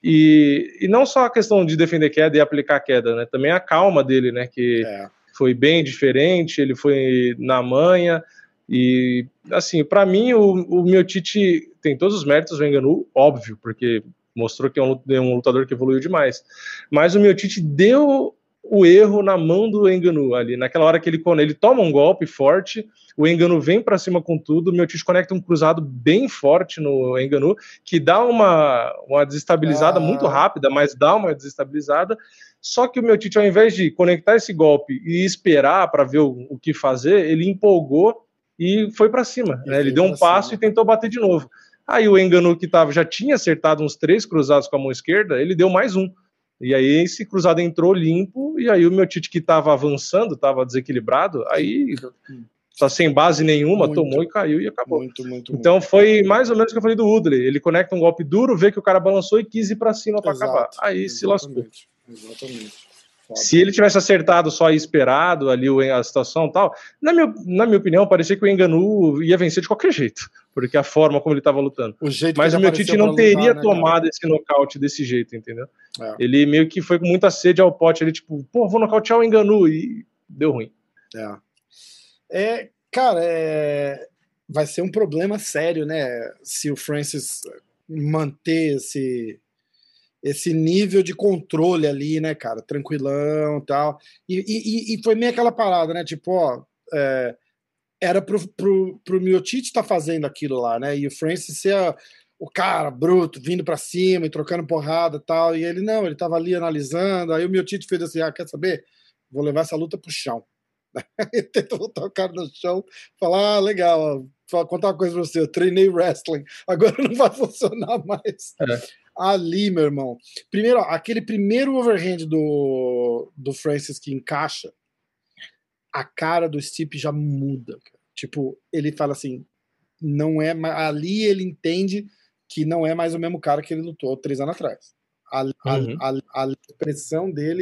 e, e não só a questão de defender queda e aplicar a queda, né, também a calma dele, né, que é. foi bem diferente, ele foi na manha, e assim, para mim o, o Miocic tem todos os méritos do Ngannou, óbvio, porque mostrou que é um, um lutador que evoluiu demais. Mas o Miocic deu o erro na mão do Ngannou ali. Naquela hora que ele, quando ele toma um golpe forte, o Ngannou vem para cima com tudo, o Miocic conecta um cruzado bem forte no Ngannou, que dá uma, uma desestabilizada ah. muito rápida, mas dá uma desestabilizada. Só que o Miocic, ao invés de conectar esse golpe e esperar para ver o, o que fazer, ele empolgou e foi para cima. Né? Ele deu um passo cima. e tentou bater de novo. Aí o Ngannou, que tava, já tinha acertado uns três cruzados com a mão esquerda, ele deu mais um. E aí esse cruzado entrou limpo, e aí o Miocic, que estava avançando, estava desequilibrado, aí tá sem base nenhuma, muito, tomou e caiu e acabou. Muito, muito, então muito. Foi mais ou menos o que eu falei do Woodley. Ele conecta um golpe duro, vê que o cara balançou e quis ir para cima para acabar. Aí exatamente, se lascou. Exatamente. Se ele tivesse acertado só e esperado ali a situação e tal, na minha, na minha opinião, parecia que o Ngannou ia vencer de qualquer jeito, porque a forma como ele estava lutando. O Mas o Miocic não teria lutar, né, tomado cara? esse nocaute desse jeito, entendeu? É. Ele meio que foi com muita sede ao pote, ele tipo, pô, vou nocautear o Ngannou, e deu ruim. É, é cara, é... vai ser um problema sério, né, se o Francis manter esse... esse nível de controle ali, né, cara, tranquilão e tal, e, e, e foi meio aquela parada, né, tipo, ó, é, era pro, pro, pro Miocic estar tá fazendo aquilo lá, né, e o Francis ser a, o cara bruto, vindo pra cima e trocando porrada e tal, e ele não, ele tava ali analisando, aí o Miocic fez assim, ah, quer saber? Vou levar essa luta pro chão. Ele tentou botar o cara no chão, falar, ah, legal, ó, contar uma coisa pra você, eu treinei wrestling, agora não vai funcionar mais. É. Ali, meu irmão. Primeiro, ó, aquele primeiro overhand do, do Francis que encaixa, a cara do Stipe já muda. Cara. Tipo, ele fala assim, não é mais, ali ele entende que não é mais o mesmo cara que ele lutou três anos atrás. A, uhum. a, a, a expressão dele...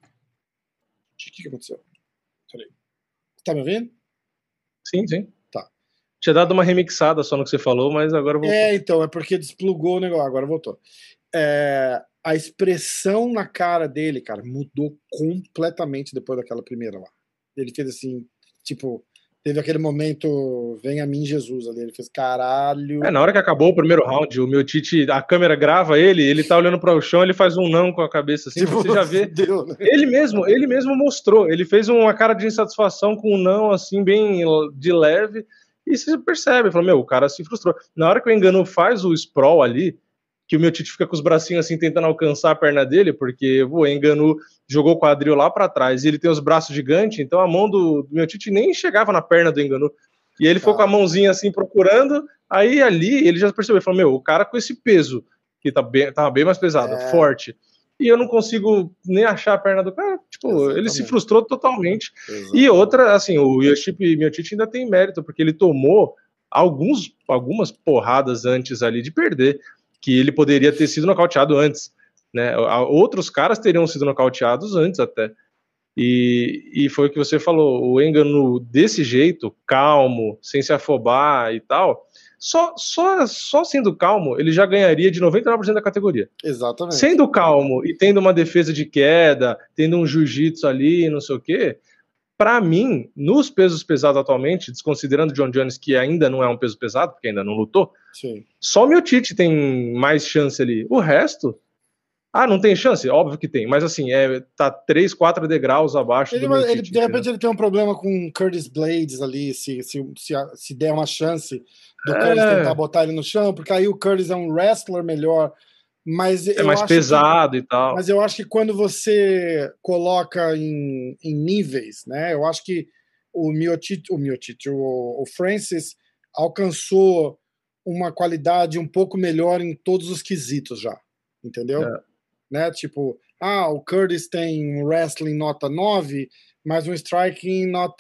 O que, que aconteceu? Peraí. Tá me ouvindo? Sim, sim. Tá. Tinha dado uma remixada só no que você falou, mas agora voltou. É, então, é porque desplugou o negócio, agora voltou. É, a expressão na cara dele, cara, mudou completamente depois daquela primeira lá. Ele fez assim, tipo, teve aquele momento, vem a mim Jesus ali, ele fez caralho. É, na hora que acabou o primeiro round, o Miocic, a câmera grava ele, ele tá olhando para o chão, ele faz um não com a cabeça assim, tipo, você já vê. Deu, né? Ele mesmo, ele mesmo mostrou, ele fez uma cara de insatisfação com um não assim, bem de leve. E você percebe, fala, meu, o cara se frustrou. Na hora que o Ngannou faz o sprawl ali, que o Miocic fica com os bracinhos assim, tentando alcançar a perna dele, porque o Ngannou jogou o quadril lá para trás e ele tem os braços gigantes, então a mão do, do Miocic nem chegava na perna do Ngannou. E ele ficou ah. com a mãozinha assim, procurando, aí ali ele já percebeu, ele falou, meu, o cara com esse peso, que tá bem, tava bem mais pesado, é. forte, e eu não consigo nem achar a perna do cara, tipo, exatamente. Ele se frustrou totalmente. Exatamente. E outra, assim, o Stipe Miocic ainda tem mérito, porque ele tomou alguns, algumas porradas antes ali de perder, que ele poderia ter sido nocauteado antes, né? Outros caras teriam sido nocauteados antes até. E, e foi o que você falou, o Ngannou desse jeito, calmo, sem se afobar e tal, Só, só, só sendo calmo, ele já ganharia de noventa e nove por cento da categoria. Exatamente. Sendo calmo e tendo uma defesa de queda, tendo um jiu-jitsu ali, não sei o quê, para mim, nos pesos pesados atualmente, desconsiderando o John Jones, que ainda não é um peso pesado, porque ainda não lutou, Sim. Só o Miocic tem mais chance ali. O resto... Ah, não tem chance? Óbvio que tem, mas assim, é, tá três, quatro degraus abaixo ele, do Miocic. Ele, de repente ele tem um problema com Curtis Blades ali, se, se, se, se der uma chance do é... Curtis tentar botar ele no chão, porque aí o Curtis é um wrestler melhor, mas é eu mais acho pesado que, e tal. Mas eu acho que quando você coloca em, em níveis, né, eu acho que o Miocic, o, Miocic, o, o Francis alcançou uma qualidade um pouco melhor em todos os quesitos já, entendeu? É. Né? Tipo, ah, o Curtis tem um wrestling nota nove, mas um striking nota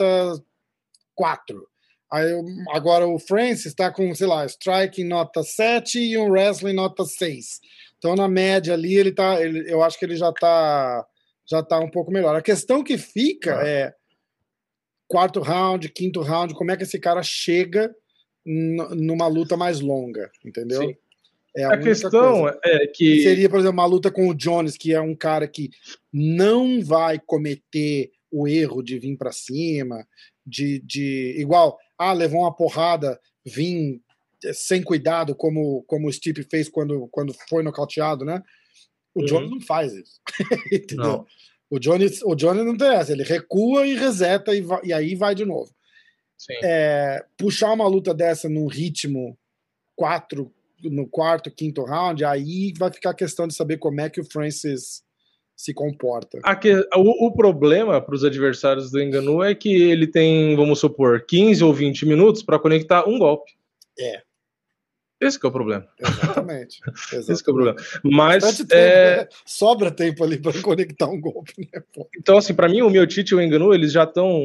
quatro. Aí, agora o Francis está com, sei lá, striking nota sete e um wrestling nota seis. Então, na média ali, ele tá, ele, eu acho que ele já está já tá um pouco melhor. A questão que fica ah. é quarto round, quinto round, como é que esse cara chega n- numa luta mais longa, entendeu? Sim. É a, a questão coisa. é que... Seria, por exemplo, uma luta com o Jones, que é um cara que não vai cometer o erro de vir para cima, de, de... Igual, ah, levou uma porrada, vim sem cuidado, como, como o Stipe fez quando, quando foi nocauteado, né? O uhum. Jones não faz isso. Entendeu? Não. O Jones, o Jones não tem essa. Ele recua e reseta e, vai, e aí vai de novo. Sim. É, puxar uma luta dessa num ritmo quatro no quarto, quinto round, aí vai ficar a questão de saber como é que o Francis se comporta. Aqui, o, o problema para os adversários do Ngannou é que ele tem, vamos supor, quinze ou vinte minutos para conectar um golpe. É. Esse que é o problema. Exatamente. Exatamente. Esse que é o problema. Mas tempo, é... né? Sobra tempo ali para conectar um golpe, né? Pô. Então, assim, para mim, o Miocic e o Ngannou, eles já estão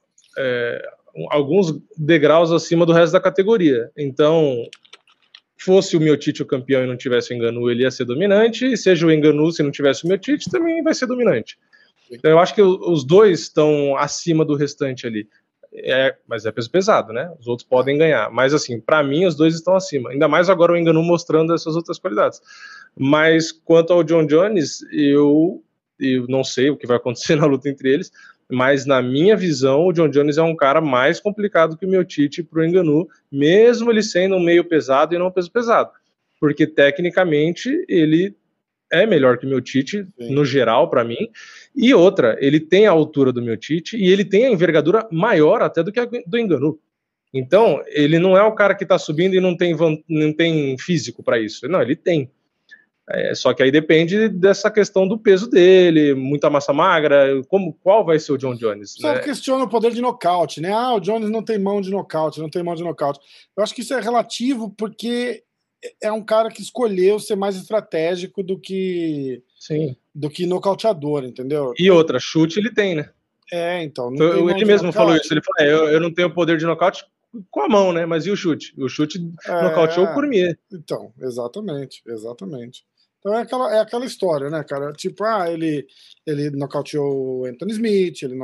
é, alguns degraus acima do resto da categoria. Então, fosse o Miocic o campeão e não tivesse o Ngannou, ele ia ser dominante, e seja o Ngannou, se não tivesse o Miocic, também vai ser dominante. Então eu acho que os dois estão acima do restante ali. É, mas é peso pesado, né? Os outros podem ganhar. Mas assim, para mim, os dois estão acima. Ainda mais agora o Ngannou mostrando essas outras qualidades. Mas quanto ao John Jones, eu, eu não sei o que vai acontecer na luta entre eles, mas na minha visão, o John Jones é um cara mais complicado que o Miocic pro Ngannou, mesmo ele sendo um meio pesado e não um peso pesado, porque tecnicamente ele é melhor que o Miocic, no geral, para mim, e outra, ele tem a altura do Miocic e ele tem a envergadura maior até do que a do Ngannou. Então, ele não é o cara que tá subindo e não tem, não tem físico para isso, não, ele tem. É, só que aí depende dessa questão do peso dele, muita massa magra, como, qual vai ser o John Jones? Só né? questiona o poder de nocaute, né? Ah, o Jones não tem mão de nocaute, não tem mão de nocaute. Eu acho que isso é relativo porque é um cara que escolheu ser mais estratégico do que, Sim. do que nocauteador, entendeu? E outra, chute ele tem, né? É, então. Não eu, ele mesmo falou isso, ele falou, é, eu, eu não tenho poder de nocaute com a mão, né? Mas e o chute? O chute é... nocauteou o Cormier. Então, exatamente, exatamente. Então é aquela, é aquela história, né, cara? Tipo, ah, ele, ele nocauteou o Anthony Smith, ele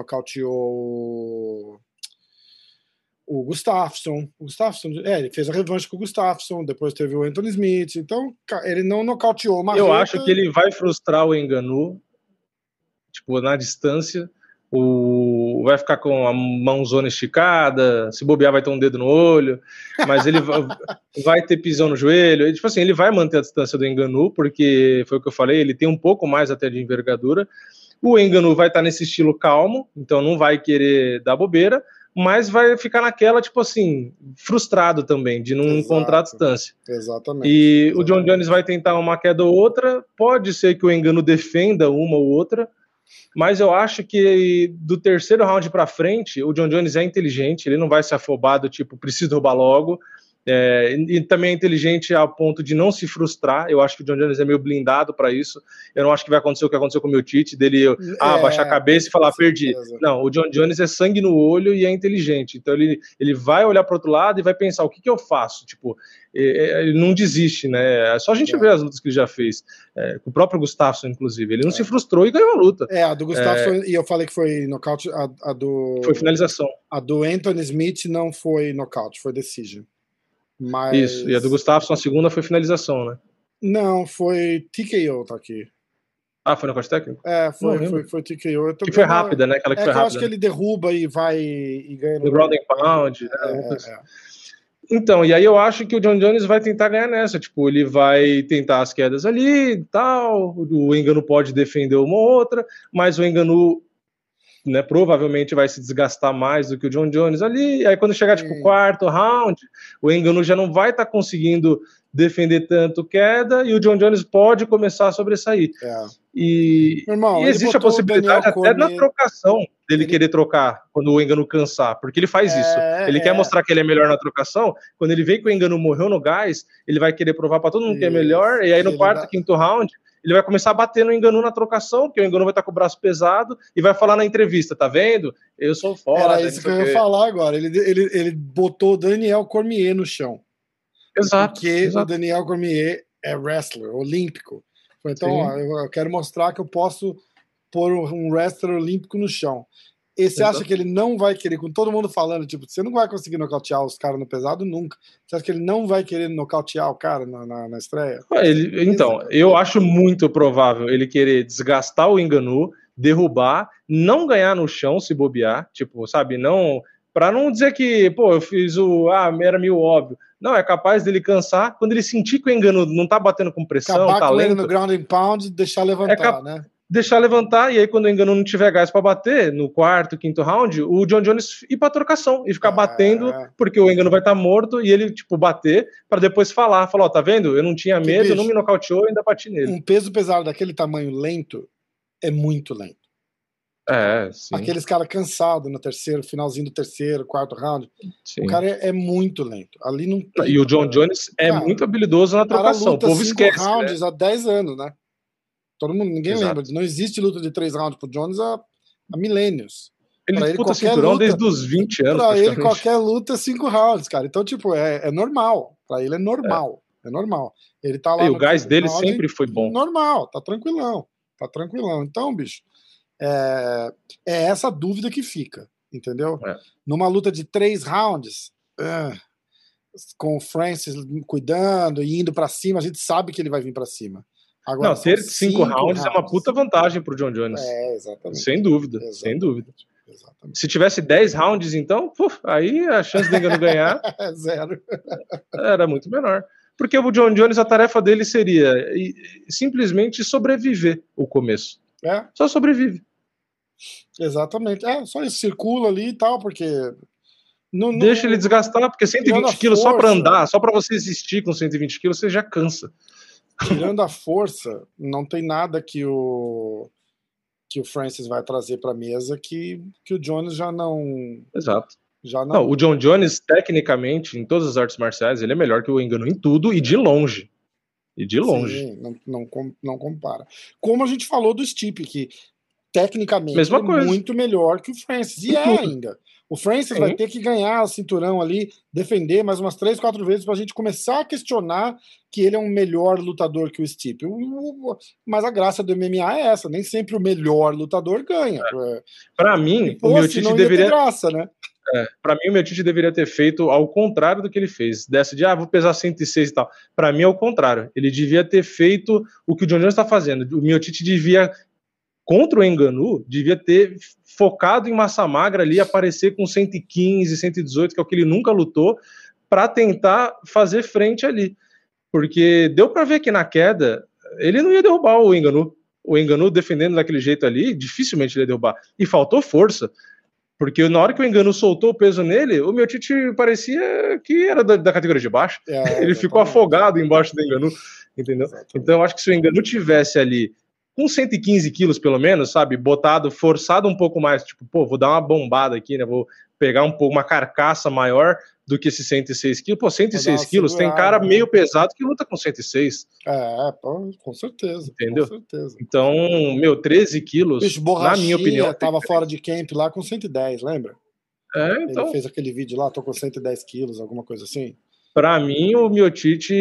nocauteou o Gustafsson. O Gustafsson, é, ele fez a revanche com o Gustafsson, depois teve o Anthony Smith. Então, ele não nocauteou o Marreta. Eu acho que ele vai frustrar o Ngannou, tipo, na distância. O... vai ficar com a mãozona esticada, se bobear vai ter um dedo no olho, mas ele vai ter pisão no joelho, e, tipo assim, ele vai manter a distância do Ngannou, porque foi o que eu falei, ele tem um pouco mais até de envergadura. O Ngannou vai estar nesse estilo calmo, então não vai querer dar bobeira, mas vai ficar naquela, tipo assim, frustrado também, de não Exato. encontrar a distância. Exatamente. E Exatamente. o John Jones vai tentar uma queda ou outra, pode ser que o Ngannou defenda uma ou outra, mas eu acho que do terceiro round para frente, o John Jones é inteligente, ele não vai se afobar do tipo, preciso derrubar logo, é, e, e também é inteligente a ponto de não se frustrar. Eu acho que o John Jones é meio blindado para isso. Eu não acho que vai acontecer o que aconteceu com o meu Tite, dele é, ah, baixar a cabeça e falar, perdi. Não, o John Jones é sangue no olho e é inteligente, então ele, ele vai olhar para outro lado e vai pensar, o que, que eu faço? Tipo, ele não desiste, né? É só a gente é. ver as lutas que ele já fez, é, com o próprio Gustafsson, inclusive. Ele não é. se frustrou e ganhou a luta. É, a do Gustafsson, é... e eu falei que foi nocaute, a, a do... Foi finalização. A do Anthony Smith não foi nocaute, foi decision. Mas... Isso, e a do Gustafsson, a segunda foi finalização, né? Não, foi T K O, tá aqui. Ah, foi no corte técnico? É, foi, foi, foi T K O. Eu tô que foi vendo, rápida, né? Aquela que é foi que eu rápida, acho que né? ele derruba e vai e ganha no, no ground and pound. É, né? é, é. Então, e aí eu acho que o John Jones vai tentar ganhar nessa. Tipo, ele vai tentar as quedas ali e tal. O Ngannou pode defender uma ou outra, mas o Ngannou, né, provavelmente vai se desgastar mais do que o John Jones ali. E aí quando chegar, tipo, o quarto round, o Ngannou já não vai estar tá conseguindo defender tanto queda e o John Jones pode começar a sobressair. É. E, Irmão, e existe a possibilidade até Cormier... na trocação dele ele... querer trocar quando o Ngannou cansar, porque ele faz é, isso. Ele é. quer mostrar que ele é melhor na trocação. Quando ele vê que o Ngannou morreu no gás, ele vai querer provar para todo mundo isso. que é melhor. E aí no quarto, dá... quinto round, ele vai começar a bater no Ngannou na trocação, porque o Ngannou vai estar com o braço pesado e vai falar na entrevista, tá vendo? Eu sou foda. Era isso que eu ia falar agora. Ele, ele, ele botou o Daniel Cormier no chão. Exato. Porque exato. o Daniel Cormier é wrestler, olímpico. Então, ó, eu quero mostrar que eu posso pôr um wrestler olímpico no chão. E você acha que ele não vai querer, com todo mundo falando, tipo, você não vai conseguir nocautear os caras no pesado nunca. Você acha que ele não vai querer nocautear o cara na, na, na estreia? Ele, então, eu acho muito provável ele querer desgastar o Ngannou, derrubar, não ganhar no chão se bobear, tipo, sabe, não... Pra não dizer que, pô, eu fiz o... Ah, era meio óbvio. Não, é capaz dele cansar quando ele sentir que o Ngannou não tá batendo com pressão, acabar talento. com ele no ground and pound, deixar levantar, é cap... né? Deixar levantar, e aí quando o Ngannou não tiver gás pra bater, no quarto, quinto round, o John Jones ir pra trocação e ficar é... batendo, porque o Ngannou vai estar tá morto, e ele, tipo, bater pra depois falar, falar, ó, tá vendo? Eu não tinha medo, que, bicho, não me nocauteou, ainda bati nele. Um peso pesado daquele tamanho lento é muito lento. É, sim. Aqueles caras cansados no terceiro, finalzinho do terceiro, quarto round. Sim. O cara é, é muito lento. Ali não tem, e o John Jones é cara, muito habilidoso na trocação. O povo esquece. rounds né? há dez anos, né? Todo mundo, ninguém Exato. lembra. Não existe luta de três rounds pro Jones há, há milênios. Ele pra disputa ele, cinturão luta, desde os vinte anos. Pra ele, qualquer luta é cinco rounds, cara. Então, tipo, é, é normal. Pra ele é normal. É, é normal. Ele tá lá. E o gás dele round, sempre foi bom. Normal, tá tranquilão. Tá tranquilão. Então, bicho. É, é essa dúvida que fica, entendeu? É. Numa luta de três rounds, uh, com o Francis cuidando e indo pra cima, a gente sabe que ele vai vir pra cima. Agora, não, ter cinco, cinco rounds, rounds é uma puta vantagem pro John Jones. É, exatamente. Sem dúvida, exatamente. sem dúvida. Exatamente. Se tivesse dez rounds, então, puf, aí a chance de Ngannou ganhar zero. Era muito menor. Porque o John Jones, a tarefa dele seria simplesmente sobreviver o começo. É. Só sobrevive. Exatamente. É, só isso, circula ali e tal, porque... No, no, Deixa ele desgastar, porque cento e vinte quilos só para andar, só para você existir com cento e vinte quilos, você já cansa. Tirando a força, não tem nada que o que o Francis vai trazer para a mesa que, que o Jones já não... Exato. Já não... não, o John Jones, tecnicamente, em todas as artes marciais, ele é melhor que o Ngannou em tudo e de longe. E de longe. Sim, não, não, não compara. Como a gente falou do Stipe, que tecnicamente Mesma é coisa. muito melhor que o Francis. E é ainda. O Francis Sim. vai ter que ganhar o cinturão ali, defender mais umas três, quatro vezes pra gente começar a questionar que ele é um melhor lutador que o Stipe. Mas a graça do M M A é essa, nem sempre o melhor lutador ganha. É. Pra mim, e, pô, o meu Tite deveria... graça, né? É, pra mim, o meu Tite deveria ter feito ao contrário do que ele fez. Dessa de, ah, vou pesar cento e seis e tal. Pra mim é o contrário. Ele devia ter feito o que o John Jones tá fazendo. O meu Tite devia... Contra o Ngannou, devia ter focado em massa magra ali, aparecer com cento e quinze, cento e dezoito, que é o que ele nunca lutou, para tentar fazer frente ali. Porque deu para ver que na queda, ele não ia derrubar o Ngannou. O Ngannou defendendo daquele jeito ali, dificilmente ele ia derrubar. E faltou força. Porque na hora que o Ngannou soltou o peso nele, o meu Tite parecia que era da, da categoria de baixo. É, ele ficou afogado embaixo do Ngannou, entendeu? Exatamente. Então eu acho que se o Ngannou tivesse ali com cento e quinze quilos, pelo menos, sabe, botado, forçado um pouco mais, tipo, pô, vou dar uma bombada aqui, né, vou pegar um pouco, uma carcaça maior do que esse cento e seis quilos, pô, cento e seis quilos, tem cara né? meio pesado que luta com cento e seis. É, pô, com certeza. Entendeu? Com certeza. Então, meu, treze quilos, Bicho, na minha opinião... tava fora de camp lá com cento e dez, lembra? É, então... Ele fez aquele vídeo lá, tô com cento e dez quilos, alguma coisa assim. Pra mim, o Miotite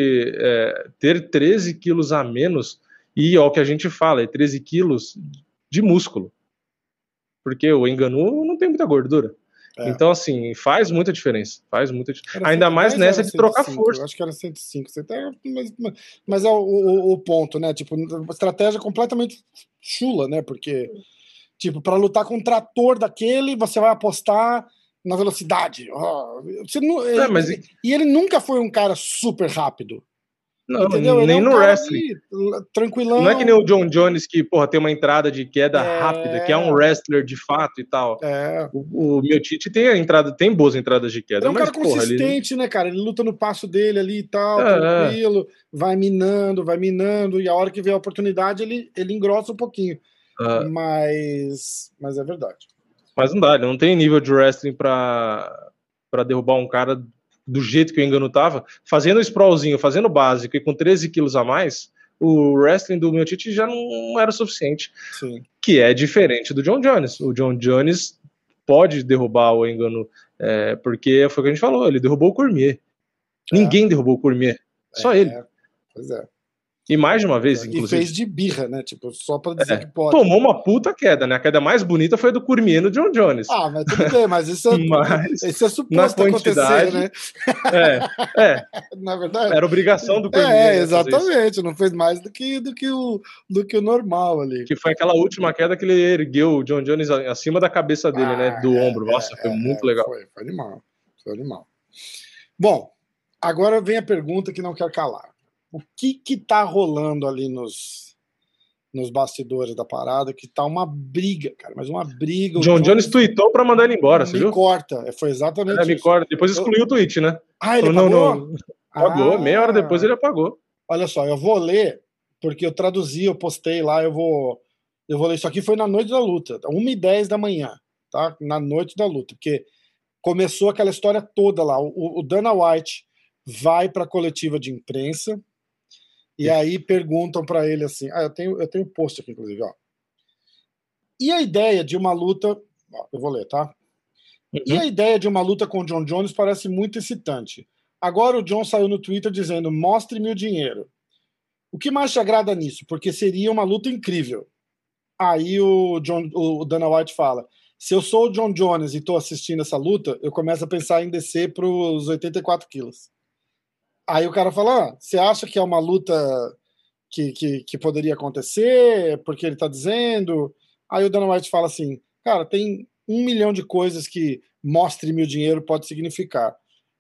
é, ter treze quilos a menos... E ó, o que a gente fala, é treze quilos de músculo. Porque o Ngannou não tem muita gordura. É. Então, assim, faz muita diferença. Faz muita diferença. Ainda cento, mais nessa de cento e cinco, trocar força. Eu acho que era cento e cinco. Mas, mas é o, o, o ponto, né? Tipo, estratégia completamente chula, né? Porque, tipo, para lutar com um trator daquele, você vai apostar na velocidade. Oh, você não, é, mas... e, e ele nunca foi um cara super rápido. Não, entendeu? nem ele é um no cara wrestling. Ali, tranquilão. Não é que nem o John Jones que, porra, tem uma entrada de queda é... rápida, que é um wrestler de fato e tal. É. O, o Miocic tem a entrada, tem boas entradas de queda. Ele é um mas, cara consistente, porra, ele... né, cara? Ele luta no passo dele ali e tal, é, tranquilo, vai minando, vai minando, e a hora que vê a oportunidade, ele, ele engrossa um pouquinho. É. Mas, mas é verdade. Mas não dá, ele não tem nível de wrestling pra, pra derrubar um cara do jeito que o Engano tava, fazendo o sprawlzinho, fazendo o básico e com treze quilos a mais, o wrestling do Miocic já não era o suficiente. Sim. Que é diferente do John Jones. O John Jones pode derrubar o Engano, é, porque foi o que a gente falou, ele derrubou o Cormier. É. Ninguém derrubou o Cormier, só é, ele. Pois é. E mais de uma vez, e inclusive. E fez de birra, né? Tipo, só pra dizer é. que pode. Tomou uma puta queda, né? A queda mais bonita foi a do Cormier no John Jones. Ah, mas tudo bem, mas isso é, mas, isso é suposto acontecer, né? É, é. Na verdade. Era obrigação do Cormier. É, exatamente. Não fez mais do que, do, que o, do que o normal ali. Que foi aquela última queda que ele ergueu o John Jones acima da cabeça dele, ah, né? Do é, ombro. Nossa, é, foi é, muito é, legal. Foi, foi animal. Foi animal. Bom, agora vem a pergunta que não quer calar. O que que tá rolando ali nos, nos bastidores da parada, que tá uma briga, cara, mas uma briga. John Jones, Jones tweetou pra mandar ele embora, você me viu? corta, foi exatamente é, isso. Me corta, depois excluiu eu... o tweet, né? Ah, ele não, apagou? Não, não. Apagou, ah, meia hora depois ele apagou. Olha só, eu vou ler, porque eu traduzi, eu postei lá, eu vou, eu vou ler. Isso aqui foi na noite da luta, uma e dez da manhã, tá? Na noite da luta, porque começou aquela história toda lá. O, o Dana White vai para a coletiva de imprensa e Isso. aí perguntam para ele assim, ah, eu tenho eu tenho post aqui inclusive, ó. E a ideia de uma luta, ó, eu vou ler, tá? Uhum. E a ideia de uma luta com o John Jones parece muito excitante. Agora o John saiu no Twitter dizendo, mostre-me o dinheiro. O que mais te agrada nisso? Porque seria uma luta incrível. Aí o, John, o Dana White fala, se eu sou o John Jones e estou assistindo essa luta, eu começo a pensar em descer para os oitenta e quatro quilos. Aí o cara fala, ah, você acha que é uma luta que, que, que poderia acontecer? Porque ele está dizendo... Aí o Dana White fala assim, cara, tem um milhão de coisas que mostre-me o dinheiro pode significar.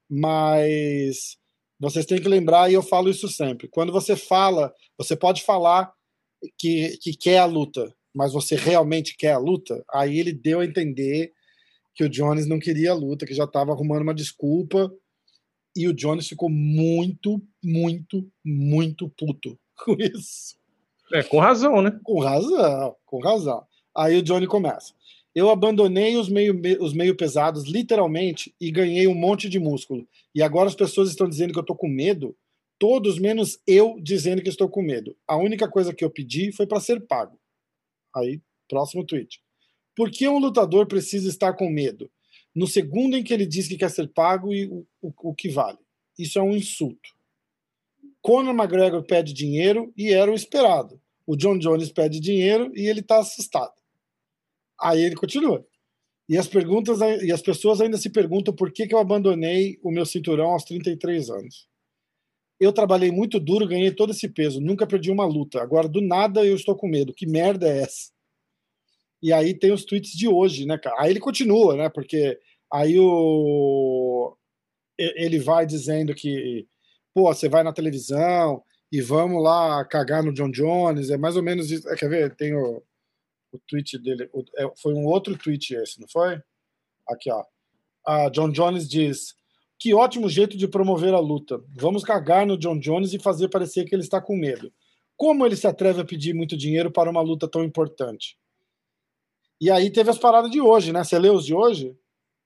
Mas vocês têm que lembrar, e eu falo isso sempre, quando você fala, você pode falar que, que quer a luta, mas você realmente quer a luta, aí ele deu a entender que o Jones não queria a luta, que já estava arrumando uma desculpa, e o Jones ficou muito, muito, muito puto com isso. É, com razão, né? Com razão, com razão. Aí o Johnny começa. Eu abandonei os meio, os meio pesados, literalmente, e ganhei um monte de músculo. E agora as pessoas estão dizendo que eu tô com medo, todos menos eu dizendo que estou com medo. A única coisa que eu pedi foi para ser pago. Aí, próximo tweet. Por que um lutador precisa estar com medo? No segundo em que ele diz que quer ser pago, e o, o, o que vale? Isso é um insulto. Conor McGregor pede dinheiro e era o esperado. O John Jones pede dinheiro e ele tá assustado. Aí ele continua. E as perguntas e as pessoas ainda se perguntam por que, que eu abandonei o meu cinturão aos trinta e três anos. Eu trabalhei muito duro, ganhei todo esse peso, nunca perdi uma luta. Agora, do nada, eu estou com medo. Que merda é essa? E aí tem os tweets de hoje, né, cara? Aí ele continua, né? Porque aí o... ele vai dizendo que, pô, você vai na televisão e vamos lá cagar no John Jones. É mais ou menos isso. Quer ver? Tem o... O tweet dele, o, é, foi um outro tweet esse, não foi? Aqui, ó. A John Jones diz, que ótimo jeito de promover a luta. Vamos cagar no John Jones e fazer parecer que ele está com medo. Como ele se atreve a pedir muito dinheiro para uma luta tão importante? E aí teve as paradas de hoje, né? Você leu os de hoje?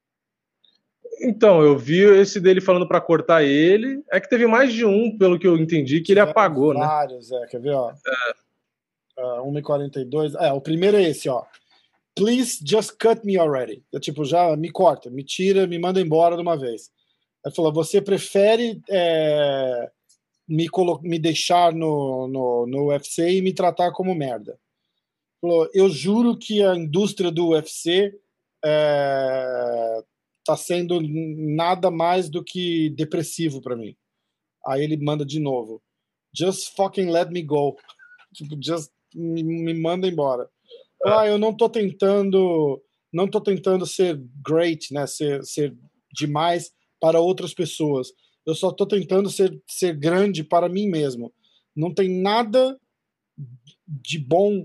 Então, eu vi esse dele falando para cortar ele. É que teve mais de um, pelo que eu entendi, que ele apagou, vários, né? Vários, é. Quer ver, ó? É. Uh, uma e quarenta e dois. É, o primeiro é esse, ó. Please just cut me already. Eu, tipo, já me corta, me tira, me manda embora de uma vez. Ele falou, você prefere é, me, colo- me deixar no, no, no U F C e me tratar como merda. Ele falou, eu juro que a indústria do U F C é, tá sendo nada mais do que depressivo pra mim. Aí ele manda de novo. Just fucking let me go. Tipo, just me, me manda embora. Ah, eu não tô tentando, não tô tentando ser great, né? Ser, ser demais para outras pessoas. Eu só tô tentando ser, ser grande para mim mesmo. Não tem nada de bom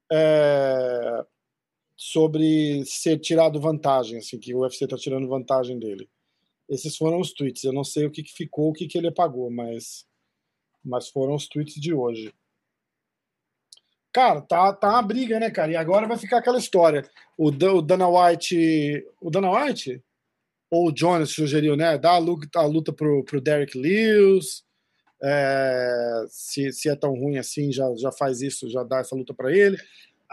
é, sobre ser tirado vantagem, assim, que o U F C tá tirando vantagem dele. Esses foram os tweets. Eu não sei o que, que ficou, o que, que ele apagou, mas, mas foram os tweets de hoje. Cara, tá, tá uma briga, né, cara? E agora vai ficar aquela história. O, o Dana White. O Dana White? Ou o Jones sugeriu, né? Dar a luta, a luta pro, pro Derek Lewis. É, se, se é tão ruim assim, já, já faz isso, já dá essa luta para ele.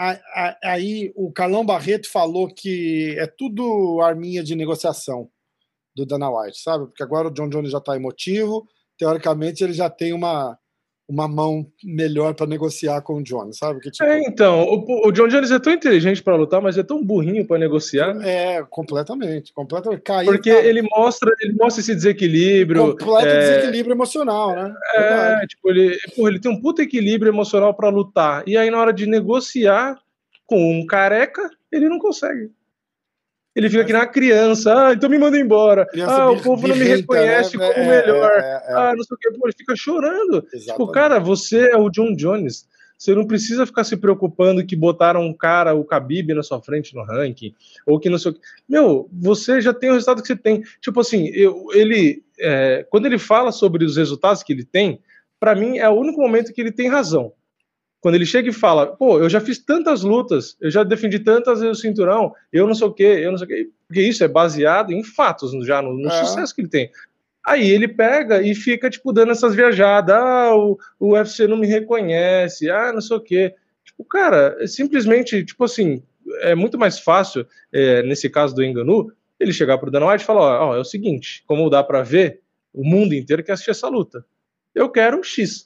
Aí o Carlão Barreto falou que é tudo arminha de negociação do Dana White, sabe? Porque agora o John Jones já tá emotivo, teoricamente ele já tem uma, uma mão melhor para negociar com o Jones, sabe? Que, tipo, é, então, o, o John Jones é tão inteligente para lutar, mas é tão burrinho para negociar. É, completamente, completamente. Cair, porque cara, ele mostra, ele mostra esse desequilíbrio. Completo é, desequilíbrio emocional, né? É, Verdade. tipo, ele, porra, ele tem um puta equilíbrio emocional para lutar. E aí, na hora de negociar com um careca, ele não consegue. Ele fica aqui na criança, ah, então me manda embora. Criança ah, o povo não me reconhece né? como é, melhor. É, é, é. Ah, não sei o que, pô, ele fica chorando. Exatamente. Tipo, cara, você é o John Jones. Você não precisa ficar se preocupando que botaram um cara, o Khabib, na sua frente no ranking, ou que não sei o que. Meu, você já tem o resultado que você tem. Tipo assim, eu, ele, é, quando ele fala sobre os resultados que ele tem, pra mim é o único momento que ele tem razão. Quando ele chega e fala, pô, eu já fiz tantas lutas, eu já defendi tantas vezes o cinturão, eu não sei o quê, eu não sei o quê. Porque isso é baseado em fatos já, no, no é. sucesso que ele tem. Aí ele pega e fica, tipo, dando essas viajadas. Ah, o, o U F C não me reconhece, ah, não sei o quê. Tipo, cara, é simplesmente, tipo assim, é muito mais fácil, é, nesse caso do Ngannou, ele chegar pro Dana White e falar, ó, ó, é o seguinte, como dá pra ver, o mundo inteiro quer assistir essa luta. Eu quero um X.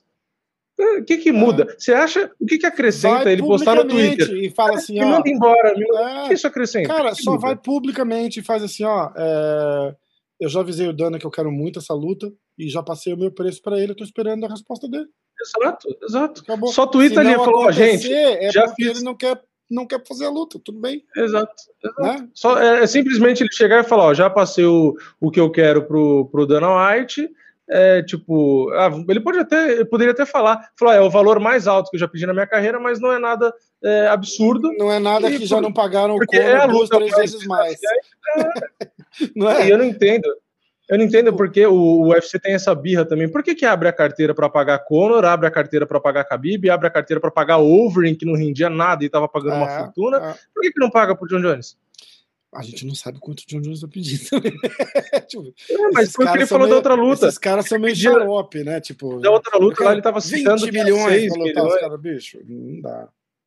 O que que muda? É. Você acha, o que que acrescenta vai ele postar no Twitter? E fala assim, me ó... manda embora. Me... É, o que isso acrescenta? Cara, que que só muda? vai publicamente e faz assim, ó... É... Eu já avisei o Dana que eu quero muito essa luta e já passei o meu preço pra ele, eu tô esperando a resposta dele. Exato, exato. Acabou. Só Twitter ali e falou, ó, gente, é já porque fiz... ele não quer, não quer fazer a luta, tudo bem. Exato, exato. Né? Só, é, é simplesmente ele chegar e falar, ó, já passei o, o que eu quero pro, pro Dana White, é, tipo, ah, ele pode até, poderia até falar, falar, é o valor mais alto que eu já pedi na minha carreira, mas não é nada é, absurdo. Não é nada e, que já não pagaram o Conor é duas, três vezes mais. É, não é? E eu não entendo. Eu não entendo porque o, o U F C tem essa birra também. Por que que abre a carteira para pagar Conor, abre a carteira para pagar Khabib, abre a carteira para pagar Overeem, que não rendia nada e tava pagando é, uma fortuna? É. Por que que não paga pro John Jones? A gente não sabe quanto o John Jones vai pedir. tipo, é, mas foi o que ele falou meio, da outra luta. Esses caras são meio xarope, né? Tipo, da outra luta lá ele tava citando vinte milhões seis pra lutar os caras, bicho. Não dá.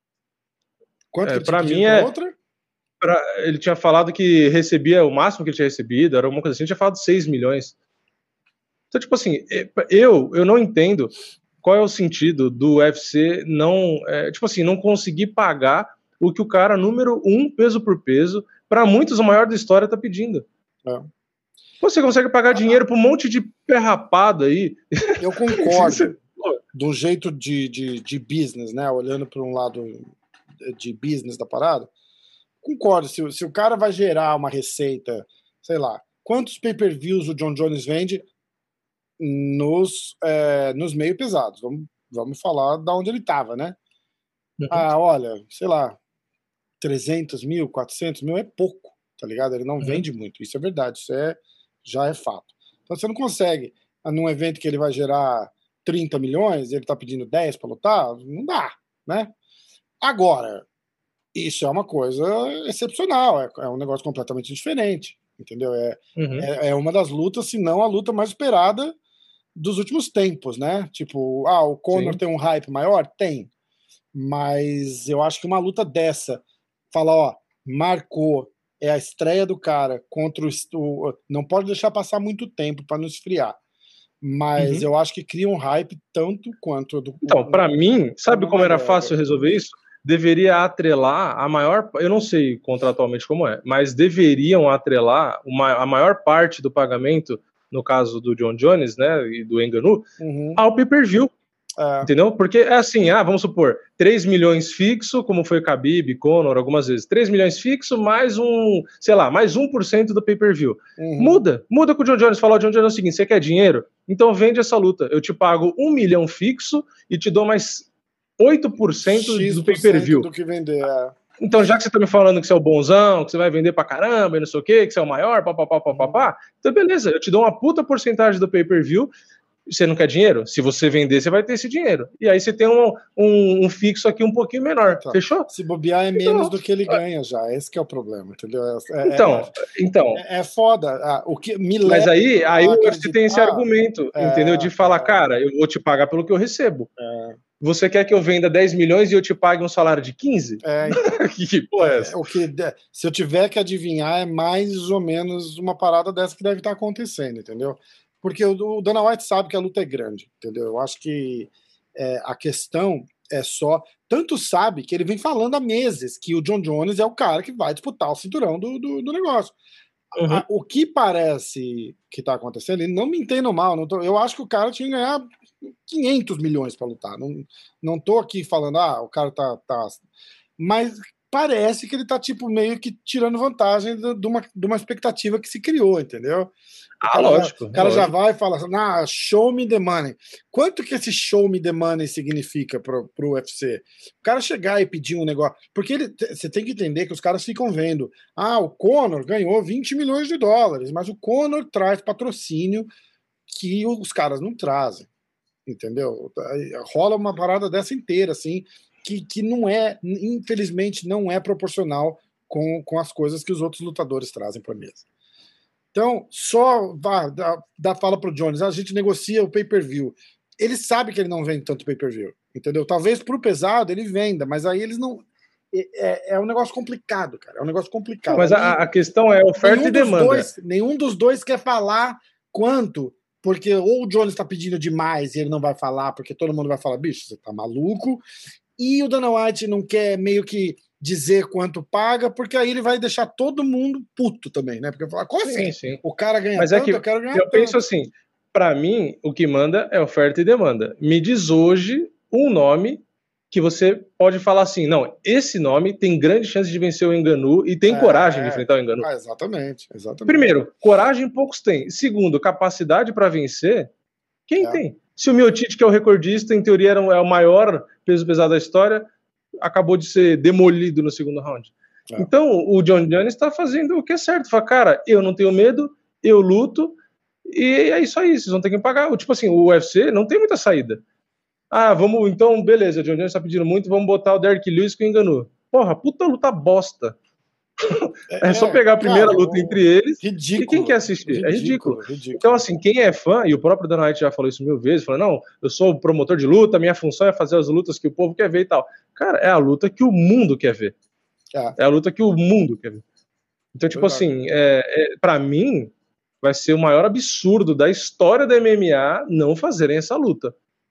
Quanto é, que pra mim é... outra? Pra, ele tinha falado que recebia o máximo que ele tinha recebido, era uma coisa assim, ele tinha falado seis milhões. Então, tipo assim, eu, eu não entendo qual é o sentido do U F C não, é, tipo assim, não conseguir pagar o que o cara número um, peso por peso, para muitos o maior da história tá pedindo. É. Você consegue pagar dinheiro para um monte de perrapado aí. Eu concordo. Do jeito de, de, de business, né? Olhando para um lado de business da parada, concordo. Se, se o cara vai gerar uma receita, sei lá, quantos pay-per-views o John Jones vende nos, é, nos meio pesados? Vamos, vamos falar da onde ele estava, né? Uhum. Ah, olha, sei lá, trezentos mil, quatrocentos mil é pouco, tá ligado? Ele não uhum. vende muito, isso é verdade, isso é, já é fato. Então você não consegue, num evento que ele vai gerar trinta milhões, ele tá pedindo dez para lutar, não dá, né? Agora, isso é uma coisa excepcional, é, é um negócio completamente diferente, entendeu? É, uhum. é, é uma das lutas, se não a luta mais esperada dos últimos tempos, né? Tipo, ah, o Conor Sim. tem um hype maior? Tem. Mas eu acho que uma luta dessa, fala, ó, marcou, é a estreia do cara contra o... o não pode deixar passar muito tempo para não esfriar. Mas uhum. eu acho que cria um hype tanto quanto... Do, então, para mim, sabe como era fácil resolver isso? deveria atrelar a maior, eu não sei contratualmente como é, mas deveriam atrelar uma, a maior parte do pagamento, no caso do Jon Jones, né, e do Ngannou, uhum. ao pay-per-view. É. Entendeu? Porque é assim, ah, vamos supor, três milhões fixo, como foi Khabib, Conor, algumas vezes, três milhões fixo, mais um, sei lá, mais um por cento do pay-per-view. Uhum. Muda, muda com o Jon Jones, fala, o Jon Jones é o seguinte, você quer dinheiro? Então vende essa luta, eu te pago um milhão fixo e te dou mais oito por cento do pay-per-view. Do que vender, é. Então, já que você tá me falando que você é o bonzão, que você vai vender pra caramba e não sei o quê, que você é o maior, papapá, papapá, uhum. então beleza, eu te dou uma puta porcentagem do pay-per-view. Você não quer dinheiro? Se você vender, você vai ter esse dinheiro. E aí você tem um, um, um fixo aqui um pouquinho menor. Então, fechou? Se bobear é menos então, do que ele ganha já. Esse que é o problema, entendeu? É, então, é, então. É, é foda. Ah, o que me Mas aí, aí você tem esse argumento, é, entendeu? De falar, é, cara, eu vou te pagar pelo que eu recebo. É. Você quer que eu venda dez milhões e eu te pague um salário de quinze? É, então, que porra é essa? O que, se eu tiver que adivinhar, é mais ou menos uma parada dessa que deve estar acontecendo, entendeu? Porque o, o Dana White sabe que a luta é grande, entendeu? Eu acho que é, a questão é só... Tanto sabe que ele vem falando há meses que o Jon Jones é o cara que vai disputar o cinturão do, do, do negócio. Uhum. A, o que parece que está acontecendo, e não me entendam mal, não tô, eu acho que o cara tinha que ganhar quinhentos milhões para lutar. Não, não tô aqui falando, ah, o cara tá... tá... Mas parece que ele tá tipo meio que tirando vantagem de, de, uma, de uma expectativa que se criou, entendeu? O ah, lógico. Já, o cara lógico. já vai e fala assim, ah, show me the money. Quanto que esse show me the money significa pro, pro U F C? O cara chegar e pedir um negócio... Porque ele, você tem que entender que os caras ficam vendo, ah, o Conor ganhou vinte milhões de dólares, mas o Conor traz patrocínio que os caras não trazem, entendeu? Rola uma parada dessa inteira, assim, que, que não é, infelizmente, não é proporcional com, com as coisas que os outros lutadores trazem pra mesa. Então, só vá, dá, dá fala pro Jones, a gente negocia o pay-per-view. Ele sabe que ele não vende tanto pay-per-view, entendeu? Talvez pro pesado ele venda, mas aí eles não... É, é um negócio complicado, cara. É um negócio complicado. Mas a, a questão é oferta e demanda. Dois, nenhum dos dois quer falar quanto, porque ou o Jones tá pedindo demais e ele não vai falar, porque todo mundo vai falar, bicho, você tá maluco. E o Dana White não quer meio que dizer quanto paga, porque aí ele vai deixar todo mundo puto também, né? Porque falar, como assim? Sim, sim. O cara ganha Mas tanto, é que eu quero ganhar eu tanto. penso assim, para mim, o que manda é oferta e demanda. Me diz hoje um nome que você pode falar assim, não, esse nome tem grande chance de vencer o Ngannou e tem é, coragem de enfrentar o Ngannou. Ah, exatamente, exatamente. Primeiro, coragem poucos têm. Segundo, capacidade para vencer, quem é. tem? Se o Miocic, que é o recordista, em teoria era, é o maior peso pesado da história, acabou de ser demolido no segundo round. É. Então, o Jon Jones está fazendo o que é certo. Fala, cara, eu não tenho medo, eu luto, e é isso aí, vocês vão ter que pagar. Tipo assim, o U F C não tem muita saída. Ah, vamos, então, beleza, o Jon Jones está pedindo muito, vamos botar o Derrick Lewis que enganou. Porra, puta luta bosta. É, é só pegar a primeira cara, luta entre eles ridículo, e quem quer assistir? Ridículo, é ridículo. ridículo. Então, assim, quem é fã, e o próprio Dana White já falou isso mil vezes, falou, não, eu sou promotor de luta, minha função é fazer as lutas que o povo quer ver e tal. Cara, é a luta que o mundo quer ver. É, é a luta que o mundo quer ver. Então, tipo Verdade. assim, é, é, pra mim, vai ser o maior absurdo da história da M M A não fazerem essa luta.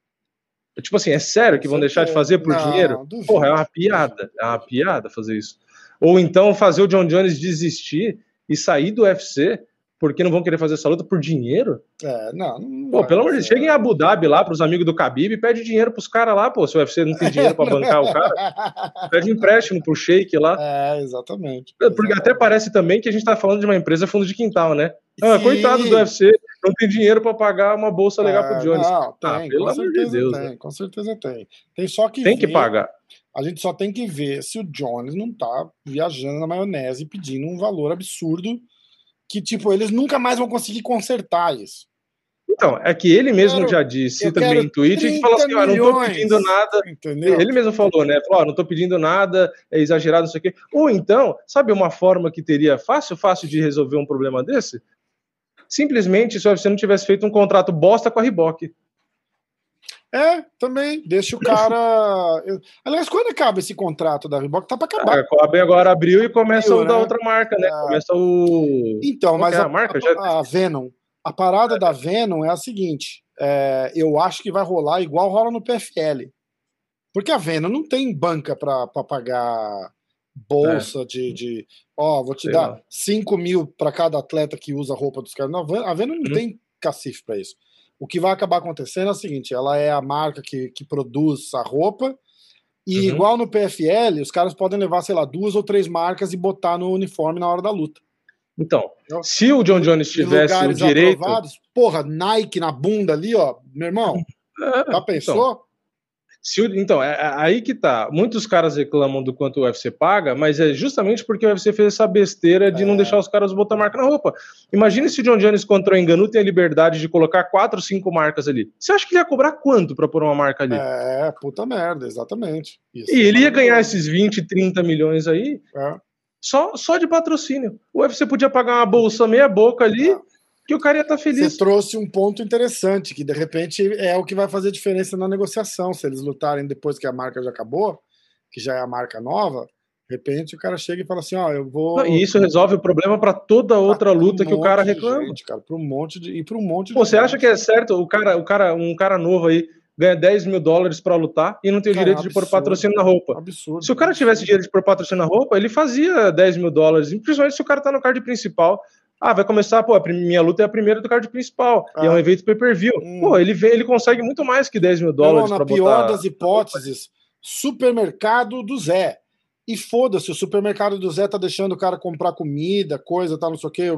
Tipo assim, é sério que vão deixar de fazer por não, dinheiro? Duvido, Porra, é uma piada. É uma piada fazer isso. Ou então fazer o Jon Jones desistir e sair do U F C porque não vão querer fazer essa luta por dinheiro? É, não. não pô, pelo amor de Deus, chega em Abu Dhabi lá pros amigos do Khabib e pede dinheiro pros caras lá, pô. Se o U F C não tem dinheiro pra bancar o cara, pede empréstimo pro Sheik lá. É, exatamente. Porque exatamente. até parece também que a gente tá falando de uma empresa fundo de quintal, né? Ah, coitado do U F C, não tem dinheiro pra pagar uma bolsa legal é, pro Jones. Não, tem, ah, pelo amor de Deus. Tem, né? Com certeza tem. Tem só que Tem ver, que pagar. A gente só tem que ver se o Jones não tá viajando na maionese e pedindo um valor absurdo que, tipo, eles nunca mais vão conseguir consertar isso. Então, é que ele mesmo quero, já disse também em tweet que falou assim, ó, não tô pedindo nada. Entendeu? Ele mesmo falou, né? Falou, ó, não tô pedindo nada, é exagerado, não sei o quê. Ou então, sabe uma forma que teria fácil, fácil de resolver um problema desse? Simplesmente se o U F C não tivesse feito um contrato bosta com a Reebok. É, também, deixa o cara... Aliás, quando acaba esse contrato da Reebok, tá pra acabar. É, agora abriu e começa abriu, o né? da outra marca, né? É... Começa o... Então, Qual mas é a, a marca a, já... a Venom, a parada é. da Venom é a seguinte, é, eu acho que vai rolar igual rola no P F L. Porque a Venom não tem banca para pagar bolsa é. de, de. Ó, vou te Sei dar lá. cinco mil para cada atleta que usa a roupa dos caras. Não, a Venom não hum. tem cacife para isso. O que vai acabar acontecendo é o seguinte: ela é a marca que, que produz a roupa. E uhum. igual no P F L, os caras podem levar, sei lá, duas ou três marcas e botar no uniforme na hora da luta. Então, se o John Jones tivesse o direito... Aprovados, porra, Nike na bunda ali, ó, meu irmão, é, já pensou? Então, se o, então, é, é aí que tá. Muitos caras reclamam do quanto o U F C paga, mas é justamente porque o U F C fez essa besteira de é. não deixar os caras botar marca na roupa. Imagine se o John Jones contra o Ngannou tem a liberdade de colocar quatro, cinco marcas ali. Você acha que ele ia cobrar quanto pra pôr uma marca ali? É, puta merda, exatamente. Isso e ele ia ganhar esses vinte, trinta milhões aí é. só, só de patrocínio. O U F C podia pagar uma bolsa meia boca ali... É. que o cara ia estar feliz. Você trouxe um ponto interessante, que de repente é o que vai fazer diferença na negociação. Se eles lutarem depois que a marca já acabou, que já é a marca nova, de repente o cara chega e fala assim, ó, eu vou... Não, e isso resolve o problema para toda outra pra luta um que o cara reclama. Gente, cara, para um monte de... E para um monte de... Pô, você acha que é certo o cara, o cara, um cara novo aí ganha dez mil dólares para lutar e não tem o cara, direito de pôr patrocínio na roupa? Absurdo. Se o cara absurdo. tivesse direito de pôr patrocínio na roupa, ele fazia dez mil dólares, principalmente se o cara tá no card principal. Ah, vai começar, pô, a minha luta é a primeira do card principal, ah. e é um evento pay-per-view. Hum. Pô, ele, vem, ele consegue muito mais que dez mil dólares para botar... Na pior das hipóteses, supermercado do Zé. E foda-se, o supermercado do Zé tá deixando o cara comprar comida, coisa, tá, não sei o que,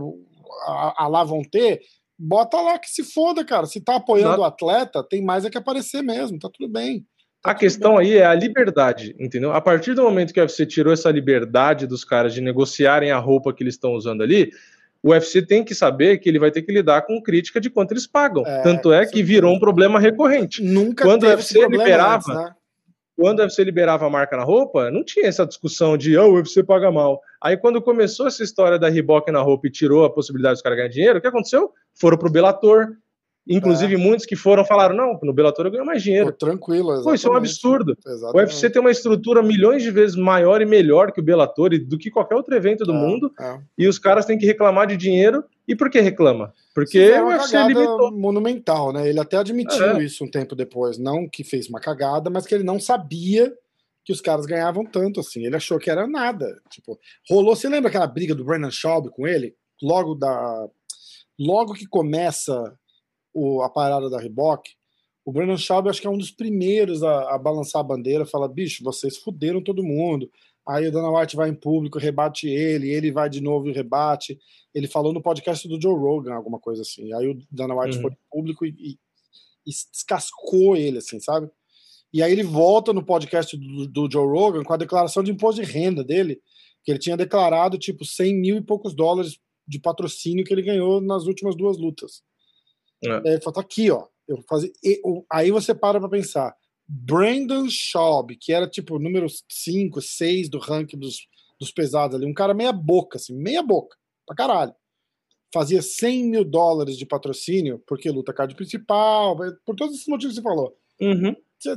a, a lá vão ter, bota lá que se foda, cara. Se tá apoiando Exato. o atleta, tem mais é que aparecer mesmo, tá tudo bem. Tá a questão bem. aí é a liberdade, entendeu? A partir do momento que o U F C tirou essa liberdade dos caras de negociarem a roupa que eles estão usando ali, o U F C tem que saber que ele vai ter que lidar com crítica de quanto eles pagam. É, Tanto é que virou um problema recorrente. Nunca quando teve o U F C liberava, antes, né? Quando o U F C liberava a marca na roupa, não tinha essa discussão de oh, o U F C paga mal. Aí quando começou essa história da Reebok na roupa e tirou a possibilidade dos caras ganharem dinheiro, o que aconteceu? Foram pro Bellator. Inclusive, é. muitos que foram falaram, não, no Bellator eu ganho mais dinheiro. Pô, tranquilo, exatamente. Pô, isso é um absurdo. Exatamente. O U F C tem uma estrutura milhões de vezes maior e melhor que o Bellator e do que qualquer outro evento do é, mundo. É. E os caras têm que reclamar de dinheiro. E por que reclama? Porque o U F C limitou. Monumental, né? Ele até admitiu é. isso um tempo depois. Não que fez uma cagada, mas que ele não sabia que os caras ganhavam tanto assim. Ele achou que era nada. Tipo, rolou. Você lembra aquela briga do Brandon Schaub com ele? Logo da. Logo que começa o, a parada da Reebok, o Brandon Schaub acho que é um dos primeiros a, a balançar a bandeira, fala, bicho, vocês fuderam todo mundo. Aí o Dana White vai em público, rebate ele, ele vai de novo e rebate. Ele falou no podcast do Joe Rogan, alguma coisa assim. Aí o Dana White uhum. foi em público e, e, e descascou ele, assim, sabe? E aí ele volta no podcast do, do Joe Rogan com a declaração de imposto de renda dele, que ele tinha declarado, tipo, cem mil e poucos dólares de patrocínio que ele ganhou nas últimas duas lutas. É. Aí ele falou, tá aqui, ó. Eu fazia... Aí você para pra pensar. Brandon Schaub, que era tipo número cinco, seis do ranking dos, dos pesados ali, um cara meia boca, assim, meia boca, pra caralho. Fazia cem mil dólares de patrocínio, porque luta card principal, por todos esses motivos que você falou. Uhum.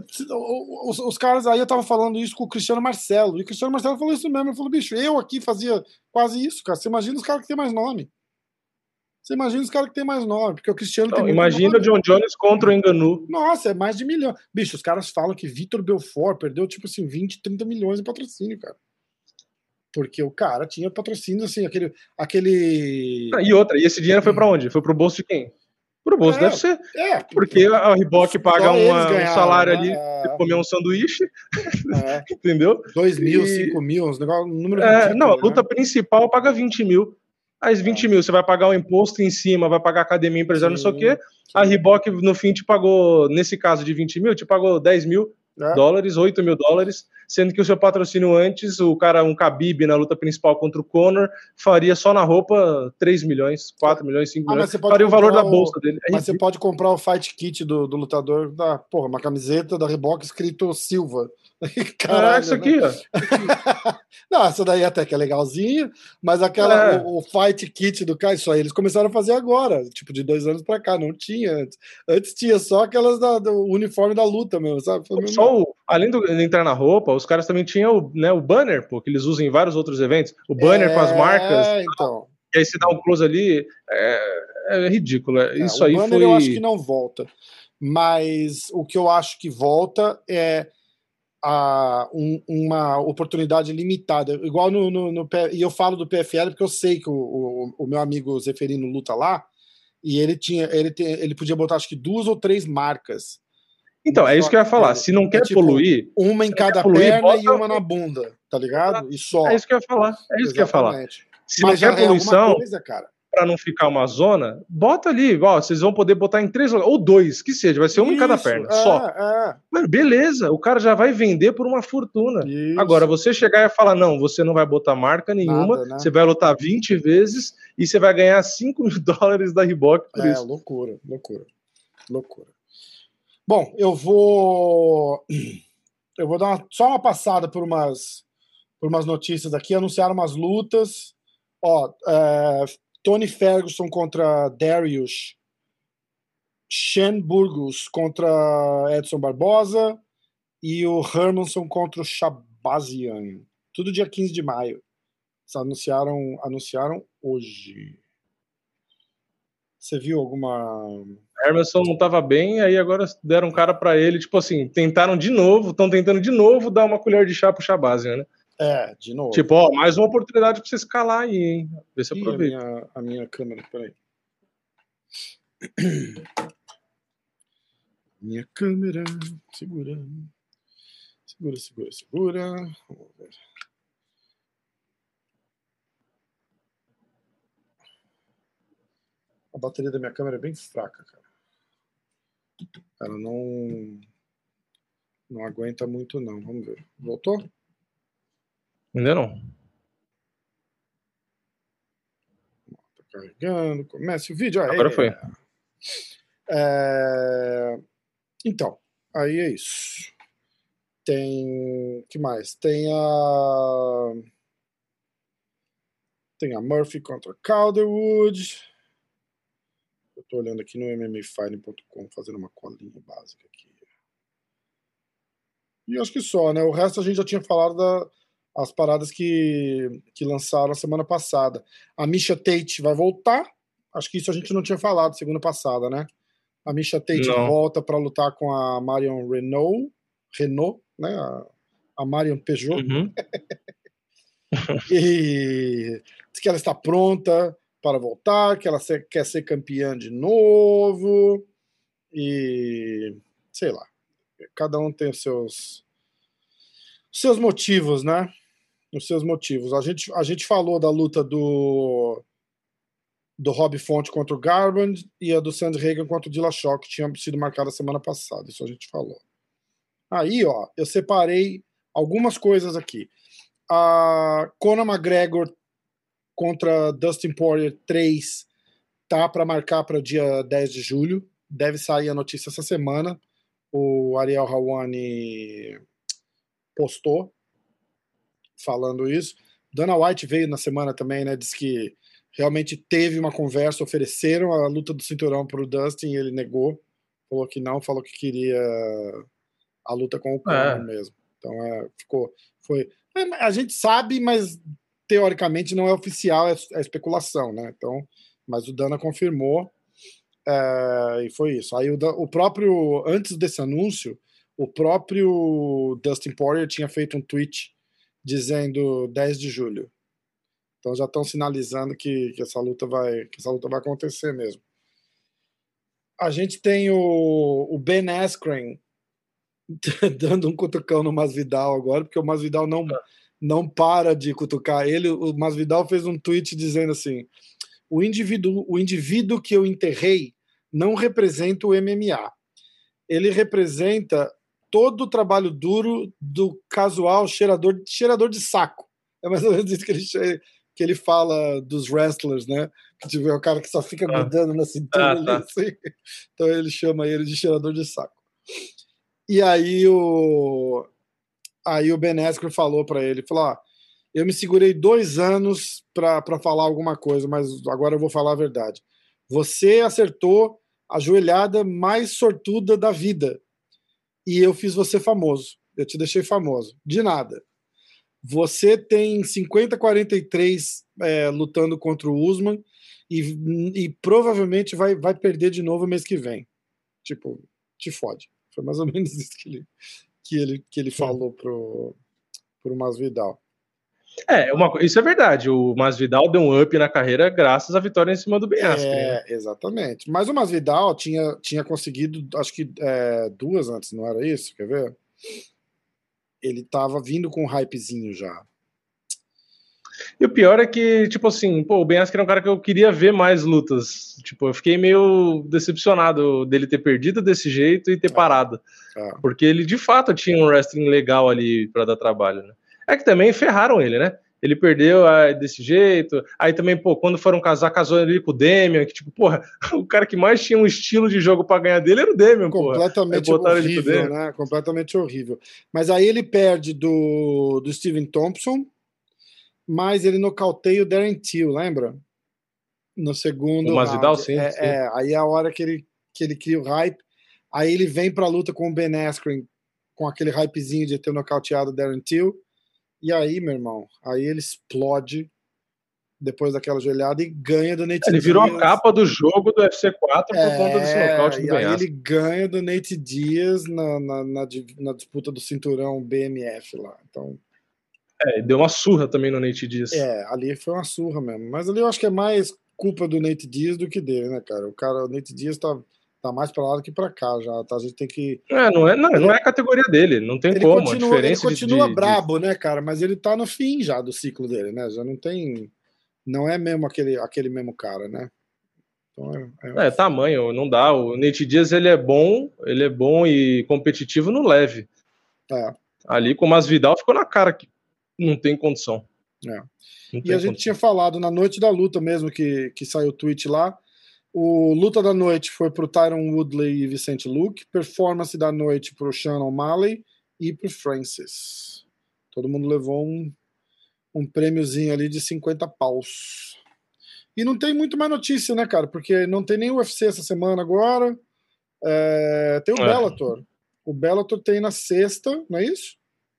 Os, os caras aí, eu tava falando isso com o Cristiano Marcelo, e o Cristiano Marcelo falou isso mesmo. Ele falou, bicho, eu aqui fazia quase isso, cara. Você imagina os caras que tem mais nome. Você imagina os caras que tem mais nome, porque o Cristiano não, tem imagina o John Jones contra o Ngannou. Nossa, é mais de milhão. Bicho, os caras falam que Vitor Belfort perdeu tipo assim vinte, trinta milhões em patrocínio, cara. Porque o cara tinha patrocínio assim, aquele aquele ah, e outra, e esse dinheiro foi pra onde? Foi pro bolso de quem? Pro bolso é, deve ser. É, porque a Reebok paga uma, ganharam, um salário ali é... de comer um sanduíche. É. Entendeu? dois mil, cinco mil, uns negócios, um número é, ridículo, não, a luta né? principal paga vinte mil. Aí vinte mil, você vai pagar o imposto em cima, vai pagar academia, empresário, sim, não sei o quê. Sim. A Reebok, no fim, te pagou, nesse caso de vinte mil, te pagou dez mil é. dólares, oito mil dólares, sendo que o seu patrocínio antes, o cara, um Khabib na luta principal contra o Conor, faria só na roupa três milhões, quatro milhões, cinco ah, milhões. Faria o valor o... da bolsa dele. É mas ridículo. Você pode comprar o fight kit do, do lutador, da, porra, uma camiseta da Reebok escrito Silva. Caralho, é isso aqui, né? ó. Não, essa daí até que é legalzinha, mas aquela, é. o, o fight kit do cara, isso aí eles começaram a fazer agora, tipo de dois anos pra cá, não tinha antes. Antes tinha só aquelas da, do uniforme da luta mesmo, sabe? Só o, além do, de entrar na roupa, os caras também tinham o, né, o banner, pô, que eles usam em vários outros eventos. O banner é, com as marcas. Então. E aí você dá um close ali, é, é ridículo. É, isso o aí banner foi... eu acho que não volta. Mas o que eu acho que volta é a, um, uma oportunidade limitada, igual no, no, no... E eu falo do P F L porque eu sei que o, o, o meu amigo Zeferino luta lá, e ele tinha, ele, tem, ele podia botar acho que duas ou três marcas. Então, é isso que eu ia falar. Se não quer é, tipo, poluir... Uma em cada poluir, perna bota... e uma na bunda, tá ligado? E só. É isso que eu ia falar. É isso Exatamente. que eu ia falar. Se Mas não quer poluição, coisa, cara, para não ficar uma zona, bota ali. Ó, vocês vão poder botar em três ou dois, que seja. Vai ser uma isso, em cada perna, é, só. É. Mas beleza, o cara já vai vender por uma fortuna. Isso. Agora, você chegar e falar, não, você não vai botar marca nenhuma, Nada, né? Você vai lutar vinte vezes e você vai ganhar cinco mil dólares da Reebok por é, isso. É, loucura, loucura, loucura. Bom, eu vou eu vou dar uma, só uma passada por umas, por umas notícias aqui. Anunciaram umas lutas. Ó, é, Tony Ferguson contra Darius, Shane Burgos contra Edson Barbosa e o Hermanson contra o Shabazian. Tudo dia quinze de maio. Eles anunciaram, anunciaram hoje. Você viu alguma... Hermanson não estava bem, aí agora deram um cara para ele, tipo assim, tentaram de novo, estão tentando de novo dar uma colher de chá pro Shabazian, né? É, de novo. Tipo, ó, mais uma oportunidade para você escalar aí, hein? Vê se Ih, aproveita. A minha, a minha câmera, peraí. Minha câmera, segura. Segura, segura, segura. Vamos ver. A bateria da minha câmera é bem fraca, cara. Ela não não aguenta muito, não. Vamos ver. Voltou? Ainda não. Tá carregando. Comece o vídeo. Aê. Agora foi. É... Então, aí é isso. Tem... que mais? Tem a... Tem a Murphy contra Calderwood. Eu tô olhando aqui no M M A Fighting ponto com, fazendo uma colinha básica aqui. E acho que só, né? O resto a gente já tinha falado das paradas que, que lançaram a semana passada. A Miesha Tate vai voltar. Acho que isso a gente não tinha falado semana passada, né? A Miesha Tate não. volta para lutar com a Marion Renault, Renault, né? A, a Marion Peugeot. Uhum. E diz que ela está pronta para voltar, que ela quer ser campeã de novo. E sei lá. Cada um tem os seus, seus motivos, né? Os seus motivos. A gente, a gente falou da luta do do Rob Font contra o Garbrandt e a do Sandy Reagan contra o Dillashaw, que tinha sido marcada semana passada. Isso a gente falou. Aí, ó, eu separei algumas coisas aqui. A Conor McGregor contra Dustin Poirier três tá para marcar para o dia dez de julho. Deve sair a notícia essa semana. O Ariel Helwani postou falando isso. Dana White veio na semana também, né? Disse que realmente teve uma conversa, ofereceram a luta do cinturão para o Dustin e ele negou. Falou que não, falou que queria a luta com o Conor é. mesmo. Então é, ficou. Foi. A gente sabe, mas teoricamente não é oficial, é, é especulação, né? Então, mas o Dana confirmou. É, e foi isso. Aí o, o próprio, antes desse anúncio, o próprio Dustin Poirier tinha feito um tweet dizendo dez de julho. Então já estão sinalizando que, que, essa luta vai, que essa luta vai acontecer mesmo. A gente tem o, o Ben Askren dando um cutucão no Masvidal agora, porque o Masvidal não, não para de cutucar ele. O Masvidal fez um tweet dizendo assim: o indivíduo, o indivíduo que eu enterrei não representa o M M A. Ele representa todo o trabalho duro do casual cheirador, cheirador de saco. É mais ou menos isso que ele, que ele fala dos wrestlers, né? Que tipo, é o cara que só fica ah. grudando na cintura. Ah, tá. ali, assim. Então ele chama ele de cheirador de saco. E aí o, aí o Ben Askren falou para ele, falou, ah, eu me segurei dois anos para falar alguma coisa, mas agora eu vou falar a verdade. Você acertou a joelhada mais sortuda da vida. E eu fiz você famoso. Eu te deixei famoso. De nada. Você tem cinquenta a quarenta e três é, lutando contra o Usman e, e provavelmente vai, vai perder de novo mês que vem. Tipo, te fode. Foi mais ou menos isso que ele, que ele, que ele falou pro, pro Masvidal. É, uma, isso é verdade. O Masvidal deu um up na carreira graças à vitória em cima do Ben Askren. É, né? exatamente. Mas o Masvidal tinha, tinha conseguido, acho que é, duas antes, não era isso? Quer ver? Ele tava vindo com um hypezinho já. E o pior é que, tipo assim, pô, o Ben Askren é um cara que eu queria ver mais lutas. Tipo, eu fiquei meio decepcionado dele ter perdido desse jeito e ter É, parado. é. Porque ele, de fato, tinha um wrestling legal ali pra dar trabalho, né? É que também ferraram ele, né? Ele perdeu ah, desse jeito. Aí também, pô, quando foram casar, casou ali com o Demian, que tipo, porra, o cara que mais tinha um estilo de jogo pra ganhar dele era o Demian, porra. Completamente horrível, né? Completamente horrível. Mas aí ele perde do, do Steven Thompson, mas ele nocauteia o Darren Till, lembra? No segundo o Masvidal, round. sim, é, sim. é, aí é a hora que ele, que ele cria o hype. Aí ele vem pra luta com o Ben Askren, com aquele hypezinho de ter nocauteado o Darren Till. E aí, meu irmão, aí ele explode depois daquela joelhada e ganha do Nate Diaz. Ele virou a capa do jogo do U F C quatro por é, conta desse nocaute do e Ben aí Askren. ele ganha do Nate Diaz na, na, na, na disputa do cinturão B M F lá. Então, é, deu uma surra também no Nate Diaz. É, ali foi uma surra mesmo. Mas ali eu acho que é mais culpa do Nate Diaz do que dele, né, cara? O cara, o Nate Diaz tá, tá mais pra lá do que pra cá já. Tá? A gente tem que. É, não é, não, ele, não é a categoria dele, não tem ele como. Continua, a diferença ele continua de, brabo, de... né, cara? Mas ele tá no fim já do ciclo dele, né? Já não tem. Não é mesmo aquele, aquele mesmo cara, né? Então é, é... é, tamanho, não dá. O Nate Diaz, ele é bom, ele é bom e competitivo no leve. É. Ali com o Masvidal ficou na cara que não tem condição. É. Não e tem a gente condição. tinha falado na noite da luta mesmo, que, que saiu o tweet lá. O luta da noite foi pro Tyron Woodley e Vicente Luque. Performance da noite pro Sean O'Malley e pro Francis. Todo mundo levou um, um prêmiozinho ali de cinquenta paus. E não tem muito mais notícia, né, cara? Porque não tem nem o U F C essa semana agora. É, tem o É. Bellator. O Bellator tem na sexta, não é isso?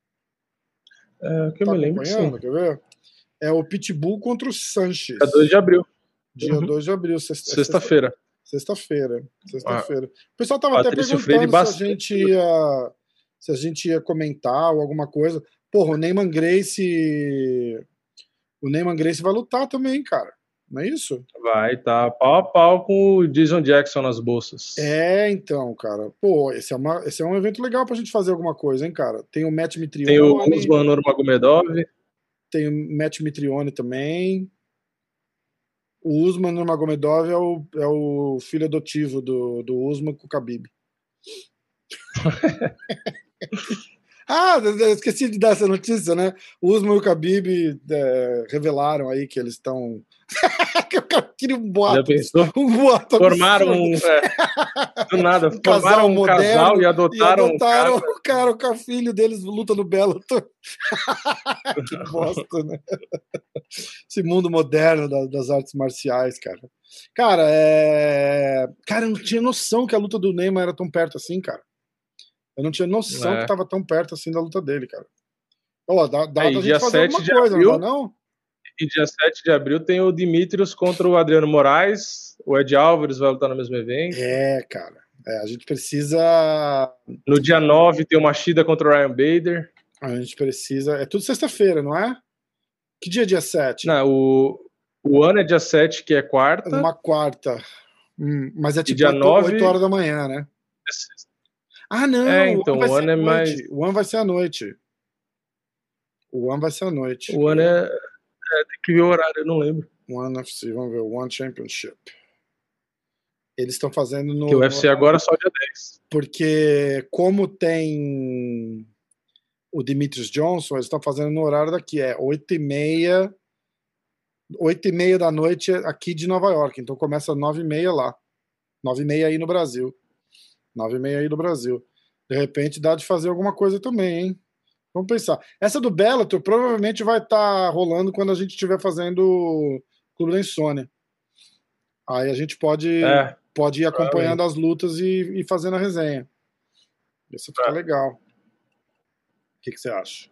É, que eu Tá me lembro, sim. Quer ver? É o Pitbull contra o Sanches. É dois de abril. Dia Uhum. dois de abril. Sexta, Sexta-feira. Sexta-feira. Sexta-feira. Ah, o pessoal tava até perguntando se bastante. a gente ia se a gente ia comentar ou alguma coisa. Porra, o Neyman Gracie o Neyman Gracie vai lutar também, cara. Não é isso? Vai, tá pau a pau com o Jason Jackson nas bolsas. É, então, cara. Pô, esse é, uma, esse é um evento legal pra gente fazer alguma coisa, hein, cara. Tem o Matt Mitrione. Tem o Usman Nurmagomedov. Tem o Matt Mitrione também. O Usman Nurmagomedov é o, é o filho adotivo do, do Usman com o Khabib. Ah, eu esqueci de dar essa notícia, né? O Usman e o Khabib é, revelaram aí que eles estão... Queria um boato. Já pensou? Um boato formaram um, é, do nada, um formaram casal um moderno casal e adotaram, e adotaram um o cara, o cara, o filho deles luta no Bellator. Que bosta, né? Esse mundo moderno das, das artes marciais, cara. Cara, é... Cara, eu não tinha noção que a luta do Neymar era tão perto assim, cara. Eu não tinha noção É. que tava tão perto assim da luta dele, cara. Ó, dá, dá Aí, pra dia gente fazer alguma sete coisa, de abril, não dá, não? E dia sete de abril tem o Dimitrios contra o Adriano Moraes. O Ed Álvares vai lutar no mesmo evento. É, cara. É, a gente precisa... No dia nove tem o Machida contra o Ryan Bader. A gente precisa... É tudo sexta-feira, não é? Que dia é dia sete? Não, o, o ano é dia sete, que é quarta. Uma quarta. Hum, mas é tipo dia nove... oito horas da manhã, né? É sexta. Ah, não! É, então, o ano vai o ano ser é à mais... noite. O ano vai ser à noite. O ano vai ser à noite. O ano é... é... Tem que ver o horário, eu não lembro. One F C, vamos ver. One Championship. Eles estão fazendo no... Que o U F C no... agora é só dia dez. Porque como tem o Demetrius Johnson, eles estão fazendo no horário daqui. É oito e meia... oito e meia da noite aqui de Nova York. Então começa nove e meia lá. nove e meia aí no Brasil. nove e meia aí no Brasil. De repente dá de fazer alguma coisa também, hein? Vamos pensar. Essa do Bellator provavelmente vai estar tá rolando quando a gente estiver fazendo o Clube da Insônia. Aí a gente pode, é, pode ir acompanhando as lutas e, e fazendo a resenha. Isso fica é. legal. O que, que você acha?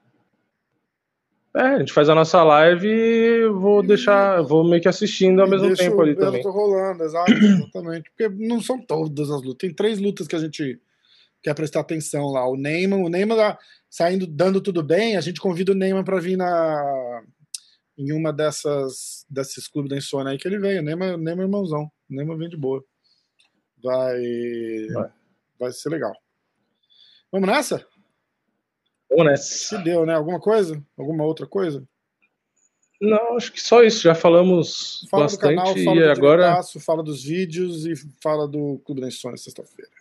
É, a gente faz a nossa live e vou e, deixar, vou meio que assistindo ao mesmo tempo ali também. Deixa o Bellator rolando, exato, exatamente. Porque não são todas as lutas. Tem três lutas que a gente quer prestar atenção lá. O Neyman, o Neyman lá, saindo, dando tudo bem, a gente convida o Neyman para vir na, em uma dessas desses clubes da insônia aí que ele veio. O Neyman, o Neyman é irmãozão. O Neyman vem de boa. Vai, vai, vai ser legal. Vamos nessa? Vamos nessa. Se deu, né? Alguma coisa? Alguma outra coisa? Não, acho que só isso. Já falamos fala bastante. Do canal, fala e do agora diretaço, fala dos vídeos e fala do Clube da Insônia sexta-feira.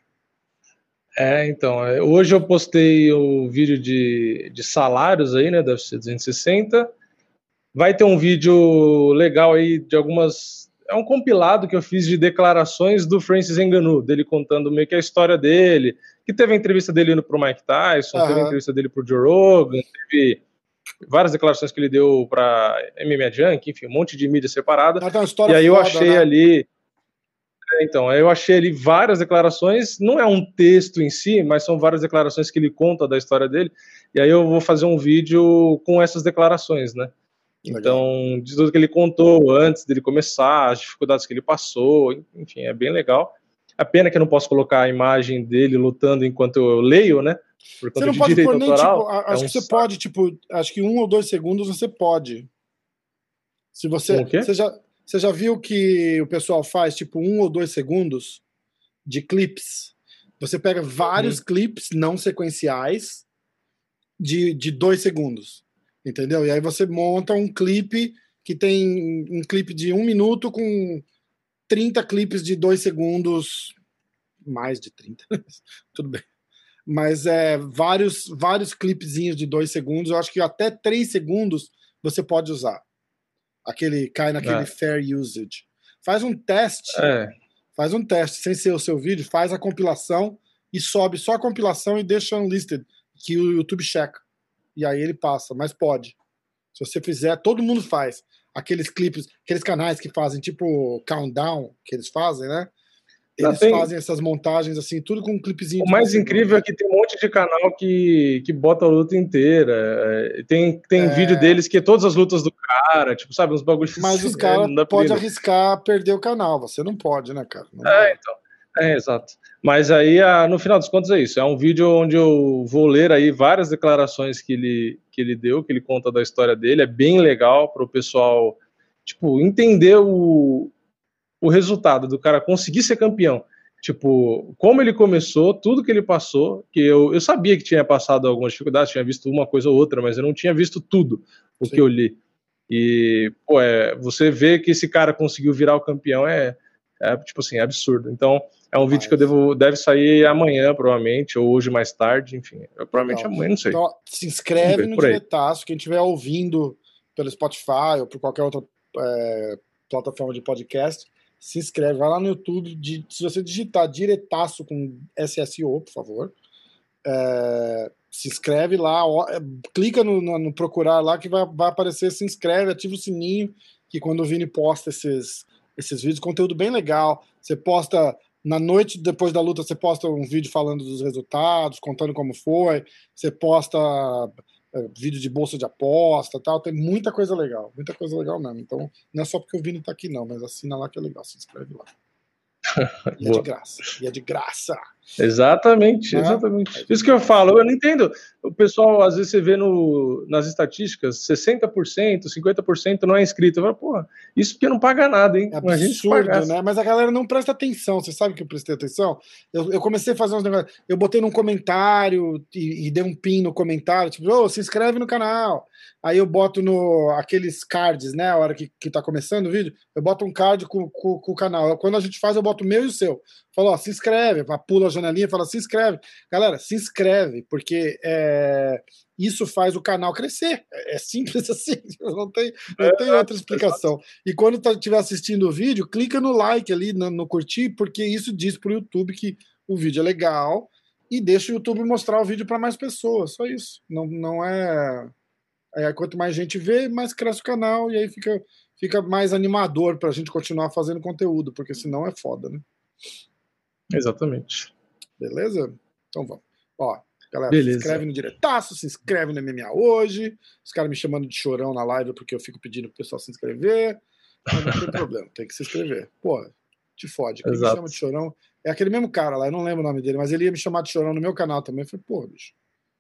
É, então, hoje eu postei o vídeo de, de salários aí, né, da U F C duzentos e sessenta. Vai ter um vídeo legal aí de algumas... É um compilado que eu fiz de declarações do Francis Ngannou, dele contando meio que a história dele, que teve a entrevista dele indo pro Mike Tyson, uhum. teve a entrevista dele pro Joe Rogan, teve várias declarações que ele deu pra M M A Junkie, enfim, um monte de mídia separada. Ah, e aí eu foda, achei né? ali... Então, eu achei ali várias declarações, não é um texto em si, mas são várias declarações que ele conta da história dele, e aí eu vou fazer um vídeo com essas declarações, né? Legal. Então, de tudo que ele contou antes dele começar, as dificuldades que ele passou, enfim, é bem legal. A pena que eu não posso colocar a imagem dele lutando enquanto eu leio, né? Por conta você não de pode direito pôr nem, autoral, tipo, acho é um que você saco. pode, tipo, acho que um ou dois segundos você pode. Se você, o quê? você já... Você já viu que o pessoal faz tipo um ou dois segundos de clips? Você pega vários uhum. clips não sequenciais de, de dois segundos, entendeu? E aí você monta um clipe que tem um clipe de um minuto com trinta clipes de dois segundos, mais de trinta, tudo bem. Mas é vários, vários clipezinhos de dois segundos, eu acho que até três segundos você pode usar. Aquele cai naquele é. fair usage. Faz um teste. É. Faz um teste sem ser o seu vídeo, faz a compilação e sobe só a compilação e deixa unlisted, que o YouTube checa. E aí ele passa, mas pode. Se você fizer, todo mundo faz. Aqueles clipes, aqueles canais que fazem tipo countdown, que eles fazem, né? Eles tem... fazem essas montagens assim, tudo com um clipezinho. O mais incrível é que tem um monte de canal que, que bota a luta inteira. Tem, tem é... vídeo deles que é todas as lutas do cara, tipo, sabe, uns bagulhos. Mas os caras é, podem arriscar perder o canal. Você não pode, né, cara? Não é, então. É, exato. Mas aí, no final dos contos, é isso. É um vídeo onde eu vou ler aí várias declarações que ele, que ele deu, que ele conta da história dele. É bem legal para o pessoal, tipo, entender o. o resultado do cara conseguir ser campeão, tipo, como ele começou, tudo que ele passou, que eu, eu sabia que tinha passado algumas dificuldades, tinha visto uma coisa ou outra, mas eu não tinha visto tudo o Sim. que eu li. E, pô, é, você vê que esse cara conseguiu virar o campeão é, é tipo assim, é absurdo. Então, é um Mas... vídeo que eu devo, deve sair amanhã, provavelmente, ou hoje mais tarde, enfim, eu, provavelmente Legal. amanhã, não sei. Então, se inscreve ver, no diretaço, quem estiver ouvindo pelo Spotify ou por qualquer outra é, plataforma de podcast, se inscreve, vai lá no YouTube, de, se você digitar diretaço com S S O, por favor, é, se inscreve lá, ó, é, clica no, no, no procurar lá que vai, vai aparecer, se inscreve, ativa o sininho, que quando o Vini posta esses, esses vídeos, conteúdo bem legal, você posta na noite depois da luta, você posta um vídeo falando dos resultados, contando como foi, você posta é, vídeo de bolsa de aposta, tal, tem muita coisa legal, muita coisa legal mesmo. Então, não é só porque o Vini tá aqui não, mas assina lá que é legal, se inscreve lá. E é de graça, e é de graça. Exatamente, é? exatamente. É Isso que eu falo, eu não entendo. O pessoal, às vezes, você vê no, nas estatísticas, sessenta por cento, cinquenta por cento não é inscrito. Eu falo, porra, isso porque não paga nada, hein? É absurdo, né? Mas a galera não presta atenção. Você sabe que eu prestei atenção? Eu, eu comecei a fazer uns negócios. Eu botei num comentário e, e dei um pin no comentário, tipo, ô, oh, se inscreve no canal. Aí eu boto no aqueles cards, né? A hora que, que tá começando o vídeo, eu boto um card com, com, com o canal. Quando a gente faz, eu boto o meu e o seu. Falo, ó, se inscreve, pula a janelinha e fala, se inscreve. Galera, se inscreve, porque é, isso faz o canal crescer. É simples assim, não tem, não tem outra explicação. E quando estiver assistindo o vídeo, clica no like ali, no, no curtir, porque isso diz pro YouTube que o vídeo é legal e deixa o YouTube mostrar o vídeo para mais pessoas. Só isso. Não, não é... é... Quanto mais gente vê, mais cresce o canal e aí fica, fica mais animador pra gente continuar fazendo conteúdo, porque senão é foda, né? Exatamente. Beleza? Então vamos. Ó, galera, Beleza. Se inscreve no diretaço, se inscreve no M M A hoje. Os caras me chamando de chorão na live porque eu fico pedindo pro pessoal se inscrever. Mas não tem problema, tem que se inscrever. Pô, te fode. Quem me chama de chorão É aquele mesmo cara lá, eu não lembro o nome dele, mas ele ia me chamar de chorão no meu canal também. Eu falei, pô, bicho.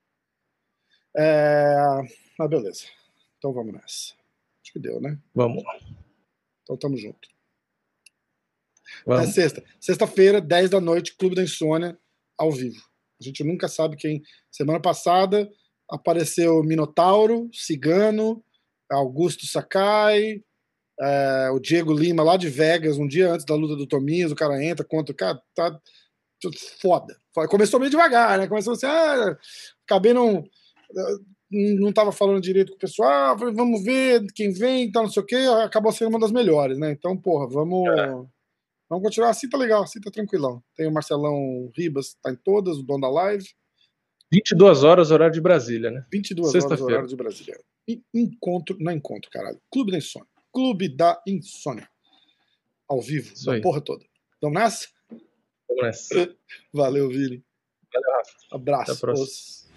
É... Mas beleza. Então vamos nessa. Acho que deu, né? Vamos. Então tamo junto. Vamos. Até sexta. Sexta-feira, dez da noite, Clube da Insônia, ao vivo. A gente nunca sabe quem. Semana passada apareceu Minotauro, Cigano, Augusto Sakai, é, o Diego Lima lá de Vegas, um dia antes da luta do Tominhas, o cara entra, contra. Cara, tá foda. Começou meio devagar, né? Começou assim, ah, acabei não. Não estava falando direito com o pessoal, ah, vamos ver quem vem, tal, não sei o quê, acabou sendo uma das melhores, né? Então, porra, vamos. É. Vamos continuar assim, tá legal, assim tá tranquilão. Tem o Marcelão Ribas, tá em todas, o dono da live. vinte e duas horas, horário de Brasília, né? vinte e duas horas, horário de Brasília. Encontro, não é encontro, caralho. Clube da Insônia. Clube da Insônia. Ao vivo, Isso da aí. porra toda. Vamos nessa? Vamos nessa. Valeu, Vini. Valeu, Rafa. Abraço. Até a próxima.